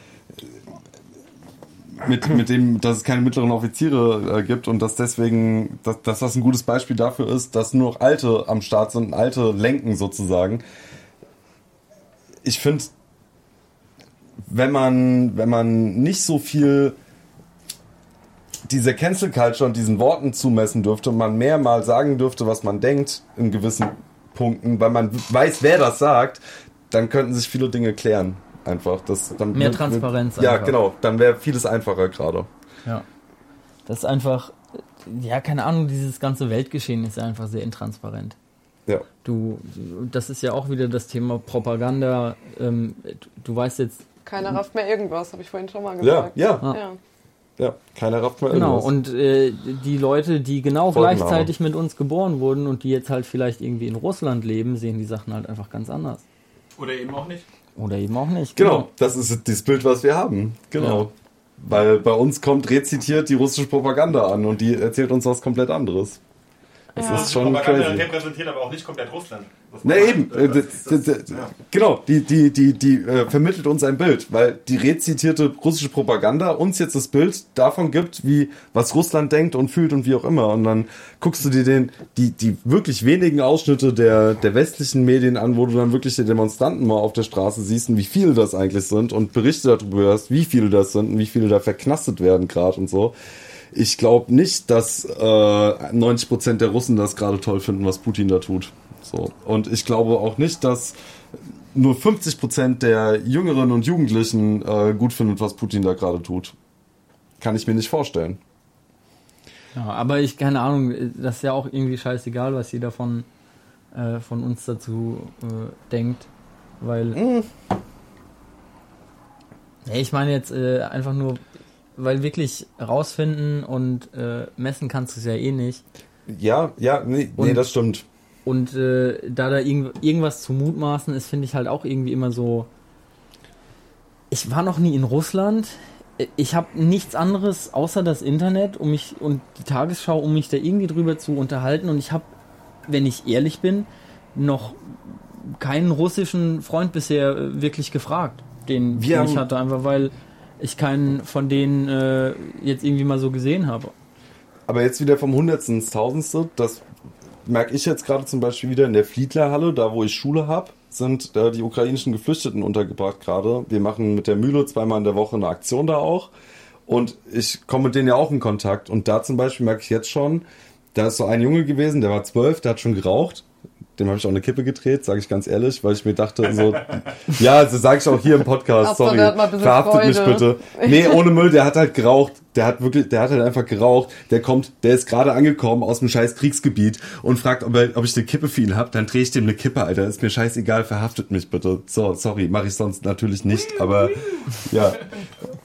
mit dem, dass es keine mittleren Offiziere gibt und dass deswegen, dass das ein gutes Beispiel dafür ist, dass nur noch Alte am Start sind, Alte lenken sozusagen. Ich finde, wenn man nicht so viel dieser Cancel Culture und diesen Worten zumessen dürfte und man mehr mal sagen dürfte, was man denkt in gewissen Punkten, weil man weiß, wer das sagt, dann könnten sich viele Dinge klären. Einfach. Dann Mehr Transparenz Ja, einfach. genau. Dann wäre vieles einfacher gerade. Ja. Das ist einfach, ja, keine Ahnung, dieses ganze Weltgeschehen ist einfach sehr intransparent. Ja. Das ist ja auch wieder das Thema Propaganda. Du weißt jetzt. Keiner rafft mehr irgendwas, habe ich vorhin schon mal Ja, gesagt. ja. Keiner rafft mehr Genau, irgendwas. und die Leute, die genau Folgenname. gleichzeitig mit uns geboren wurden und die jetzt halt vielleicht irgendwie in Russland leben, sehen die Sachen halt einfach ganz anders. Oder eben auch nicht. Oder eben auch nicht. Genau, das ist das Bild, was wir haben. Genau. Ja. Weil bei uns kommt rezitiert die russische Propaganda an und die erzählt uns was komplett anderes. Das ist schon Propaganda crazy. repräsentiert aber auch nicht komplett Russland. Na eben, genau, die vermittelt uns ein Bild, weil die rezitierte russische Propaganda uns jetzt das Bild davon gibt, wie was Russland denkt und fühlt und wie auch immer. Und dann guckst du dir die wirklich wenigen Ausschnitte der westlichen Medien an, wo du dann wirklich die Demonstranten mal auf der Straße siehst und wie viele das eigentlich sind und Berichte darüber hörst, wie viele das sind und wie viele da verknastet werden gerade und so. Ich glaube nicht, dass 90% der Russen das gerade toll finden, was Putin da tut. So. Und ich glaube auch nicht, dass nur 50% der Jüngeren und Jugendlichen gut findet, was Putin da gerade tut. Kann ich mir nicht vorstellen. Ja, aber keine Ahnung, das ist ja auch irgendwie scheißegal, was jeder von uns dazu denkt. Weil. Ja, ich meine jetzt einfach nur, weil wirklich rausfinden und messen kannst du es ja eh nicht. Ja, nee, das stimmt. Und da irgendwas zu mutmaßen ist, finde ich halt auch irgendwie immer so. Ich war noch nie in Russland. Ich habe nichts anderes außer das Internet und die Tagesschau, um mich da irgendwie drüber zu unterhalten. Und ich habe, wenn ich ehrlich bin, noch keinen russischen Freund bisher wirklich gefragt, den ich hatte, einfach weil ich keinen von denen jetzt irgendwie mal so gesehen habe. Aber jetzt wieder vom Hundertsten ins Tausendste, das merke ich jetzt gerade zum Beispiel wieder in der Fliedlerhalle, da wo ich Schule habe, sind die ukrainischen Geflüchteten untergebracht gerade. Wir machen mit der Mühle 2-mal in der Woche eine Aktion da auch. Und ich komme mit denen ja auch in Kontakt. Und da zum Beispiel merke ich jetzt schon, da ist so ein Junge gewesen, der war 12, der hat schon geraucht. Dem habe ich auch eine Kippe gedreht, sage ich ganz ehrlich, weil ich mir dachte, so, ja, also sage ich auch hier im Podcast, sorry, verhaftet mich bitte. Nee, ohne Müll, der hat halt geraucht, der hat halt einfach geraucht, der ist gerade angekommen aus dem scheiß Kriegsgebiet und fragt, ob ich eine Kippe für ihn hab, dann drehe ich dem eine Kippe, Alter, ist mir scheißegal, verhaftet mich bitte. So, sorry, mache ich sonst natürlich nicht, aber ja,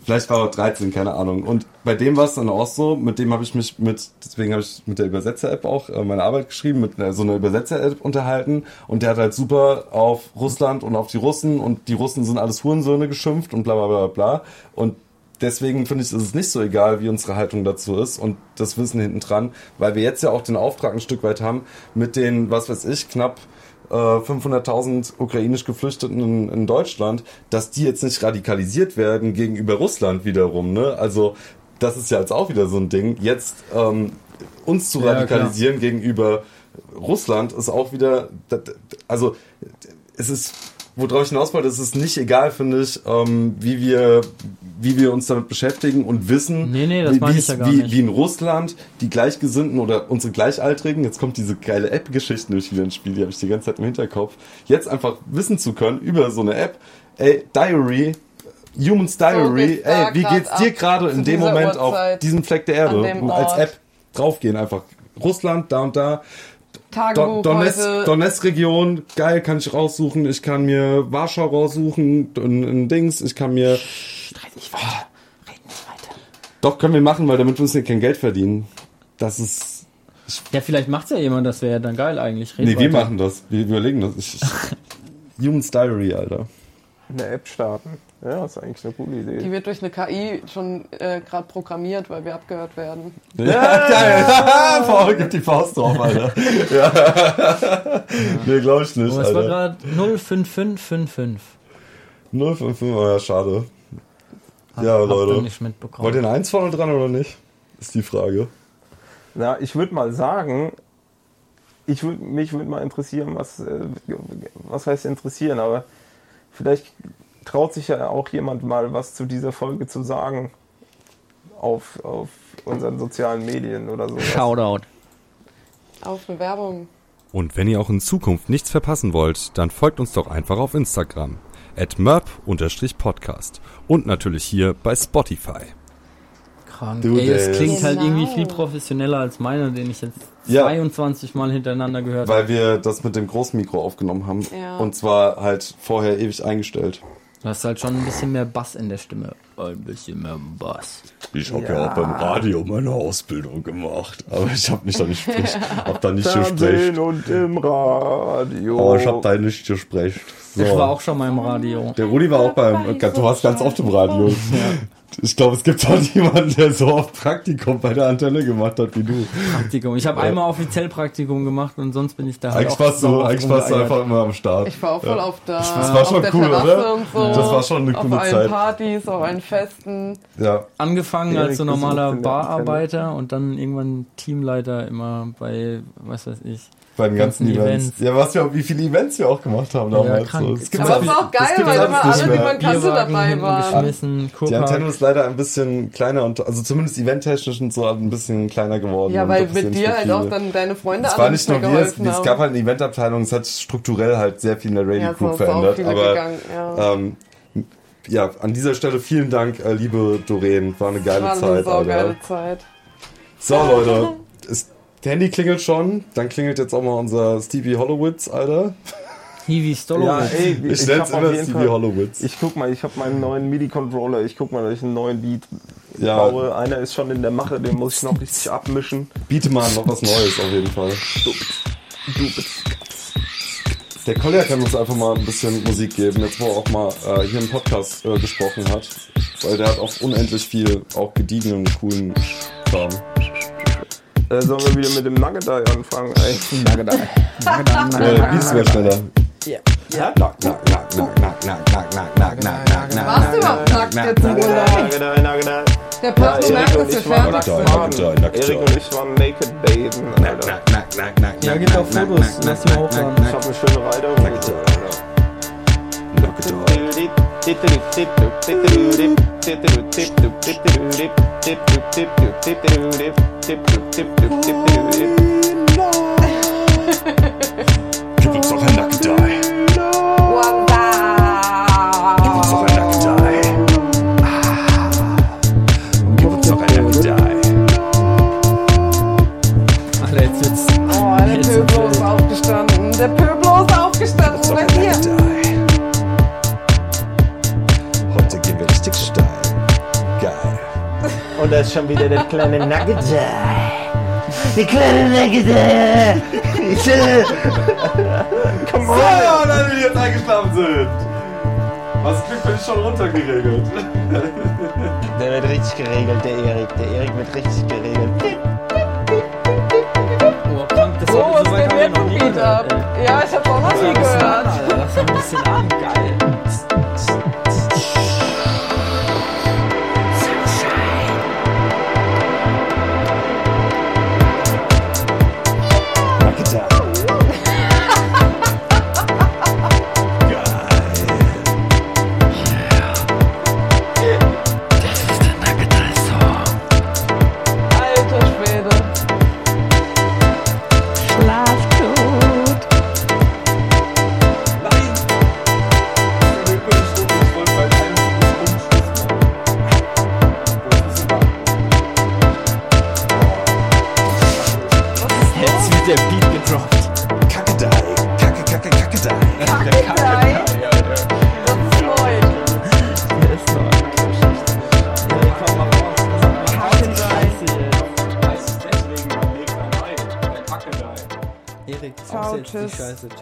Vielleicht war er 13, keine Ahnung. Und bei dem war es dann auch so, mit dem habe ich mich deswegen habe ich mit der Übersetzer-App auch meine Arbeit geschrieben, mit so einer Übersetzer-App unterhalten. Und der hat halt super auf Russland und auf die Russen und die Russen sind alles Hurensöhne geschimpft und bla bla bla bla. Und deswegen finde ich, ist es nicht so egal, wie unsere Haltung dazu ist und das Wissen hinten dran, weil wir jetzt ja auch den Auftrag ein Stück weit haben mit den, was weiß ich, knapp 500.000 ukrainisch Geflüchteten in Deutschland, dass die jetzt nicht radikalisiert werden gegenüber Russland wiederum, ne? Also das ist ja jetzt auch wieder so ein Ding. Jetzt uns zu radikalisieren gegenüber Russland ist auch wieder, also es ist, worauf ich hinaus wollte, es ist nicht egal, finde ich, wie wir uns damit beschäftigen und wissen, das meine ich ja gar nicht. Wie in Russland die Gleichgesinnten oder unsere Gleichaltrigen, jetzt kommt diese geile App-Geschichte durch wieder ins Spiel, die habe ich die ganze Zeit im Hinterkopf, jetzt einfach wissen zu können über so eine App, Diary, Humans Diary, wie geht's dir gerade in dem Moment auf diesem Fleck der Erde? Als App draufgehen einfach. Russland, da und da. Donetsk-Region, geil, kann ich raussuchen. Ich kann mir Warschau raussuchen, ein Dings, ich kann mir... Red nicht weiter. Doch, können wir machen, weil damit müssen wir kein Geld verdienen. Das ist... Ja, vielleicht macht's ja jemand, das wäre ja dann geil eigentlich. Wir machen das. Wir überlegen das. Humans Diary, Alter. Eine App starten. Ja, ist eigentlich eine coole Idee. Die wird durch eine KI schon gerade programmiert, weil wir abgehört werden. Ja, geil. Paul gibt die Faust drauf, Alter. Ja. Nee, glaube ich nicht, Alter. Es war gerade 05555. 055, oh ja, schade. Ja, Leute. Nicht mitbekommen. Wollt ihr eine 1 vorne dran oder nicht? Ist die Frage. Na, ich würde mal sagen, mich würde mal interessieren, was heißt interessieren, aber vielleicht traut sich ja auch jemand mal was zu dieser Folge zu sagen auf unseren sozialen Medien oder so. Shoutout. Auf eine Werbung. Und wenn ihr auch in Zukunft nichts verpassen wollt, dann folgt uns doch einfach auf Instagram @merp_podcast und natürlich hier bei Spotify. Krank. Das klingt halt irgendwie viel professioneller als meiner, den ich jetzt 22 Mal hintereinander gehört habe. Weil wir das mit dem Großmikro aufgenommen haben. Ja. Und zwar halt vorher ewig eingestellt. Du hast halt schon ein bisschen mehr Bass in der Stimme. Ein bisschen mehr Bass. Ich habe ja auch beim Radio meine Ausbildung gemacht. Aber ich habe nicht gesprochen. Und im Radio. Aber ich habe da nicht gesprochen. So. Ich war auch schon mal im Radio. Der Rudi war auch du warst ganz oft im Radio. Ja. Ich glaube, es gibt auch niemanden, der so oft Praktikum bei der Antenne gemacht hat wie du. Praktikum. Ich habe einmal offiziell Praktikum gemacht und sonst bin ich da halt Eigentlich warst du einfach immer am Start. Ich war auch voll auf der Das war schon cool, oder? Und so. Das war schon eine coole Zeit. Auf allen Partys, auf allen Festen. Ja. Angefangen als so normaler Bararbeiter und dann irgendwann Teamleiter immer bei, was weiß ich, bei den ganzen Events. Ja, wie viele Events wir auch gemacht haben damals. Ja, so. Aber es war auch geil, weil immer alle, die man kannte, dabei waren. Die Antenne ist leider ein bisschen kleiner und also zumindest eventtechnisch und so ein bisschen kleiner geworden. Ja, weil mit dir halt auch dann deine Freunde alle nicht mehr geholfen haben. Es gab halt eine Eventabteilung, es hat strukturell halt sehr viel in der Radio Group verändert. Aber an dieser Stelle vielen Dank, liebe Doreen. War eine geile Zeit, Alter. Geile Zeit. So, Leute. Das Handy klingelt schon, dann klingelt jetzt auch mal unser Stevie Hollowitz, Alter. Stevie Stolowitz. Ja, ey, ich nenn's immer Stevie Hollowitz. Ich guck mal, ich habe meinen neuen MIDI-Controller, ich guck mal, dass ich einen neuen Beat baue. Einer ist schon in der Mache, den muss ich noch richtig abmischen. Biete mal noch was Neues auf jeden Fall. Der Kolja kann uns einfach mal ein bisschen Musik geben, jetzt wo er auch mal hier im Podcast gesprochen hat. Weil der hat auch unendlich viel, auch gediegenen, coolen Kram. Sollen wir wieder mit dem Nugget Eye anfangen? Nugget Eye. Wie ist es schneller? Ja. Warst du überhaupt nackt jetzt im Urlaub? Der Partner merkt, dass wir fertig sind. Erik und ich waren naked baden. Ja, gibt auch Fotos. Lass die mal hochladen. Ich hab eine schöne Reiterhose. Gib uns doch ein Nugget Eye. Gib uns doch ein Nugget Eye. Gib uns doch ein Nugget Eye. Alter, jetzt wird's. Oh, der Pöblo ist aufgestanden. Der Pöblo ist aufgestanden bei dir. Heute gehen wir richtig steil. und da ist schon wieder der kleine Nugget da. Die kleine Nugget da. Come on. So, dann wir jetzt eingeschlafen sind. Was Glück bin ich schon runtergeregelt. Der wird richtig geregelt, der Erik. Der Erik wird richtig geregelt. Oh, krank, das Oh, was soweit geht haben wir mit noch nie dem Beat gehört, ab? Ja, ich hab's auch noch nie gehört. Lass mal ein bisschen an, geil. Alter Schwede. Schlaf gut. Nein! Ich bin über die Stunde, ich wollte bei einem Umschluss machen. Jetzt wird der Beat gedroppt. Kakedei, Kacke, Kakedei. Nein, das ist neu. Der ist noch. Ja, komm mal raus. Deswegen legt man ein. Der Kacke da. Erik, Ciao, aus jetzt die tschüss. Scheiße.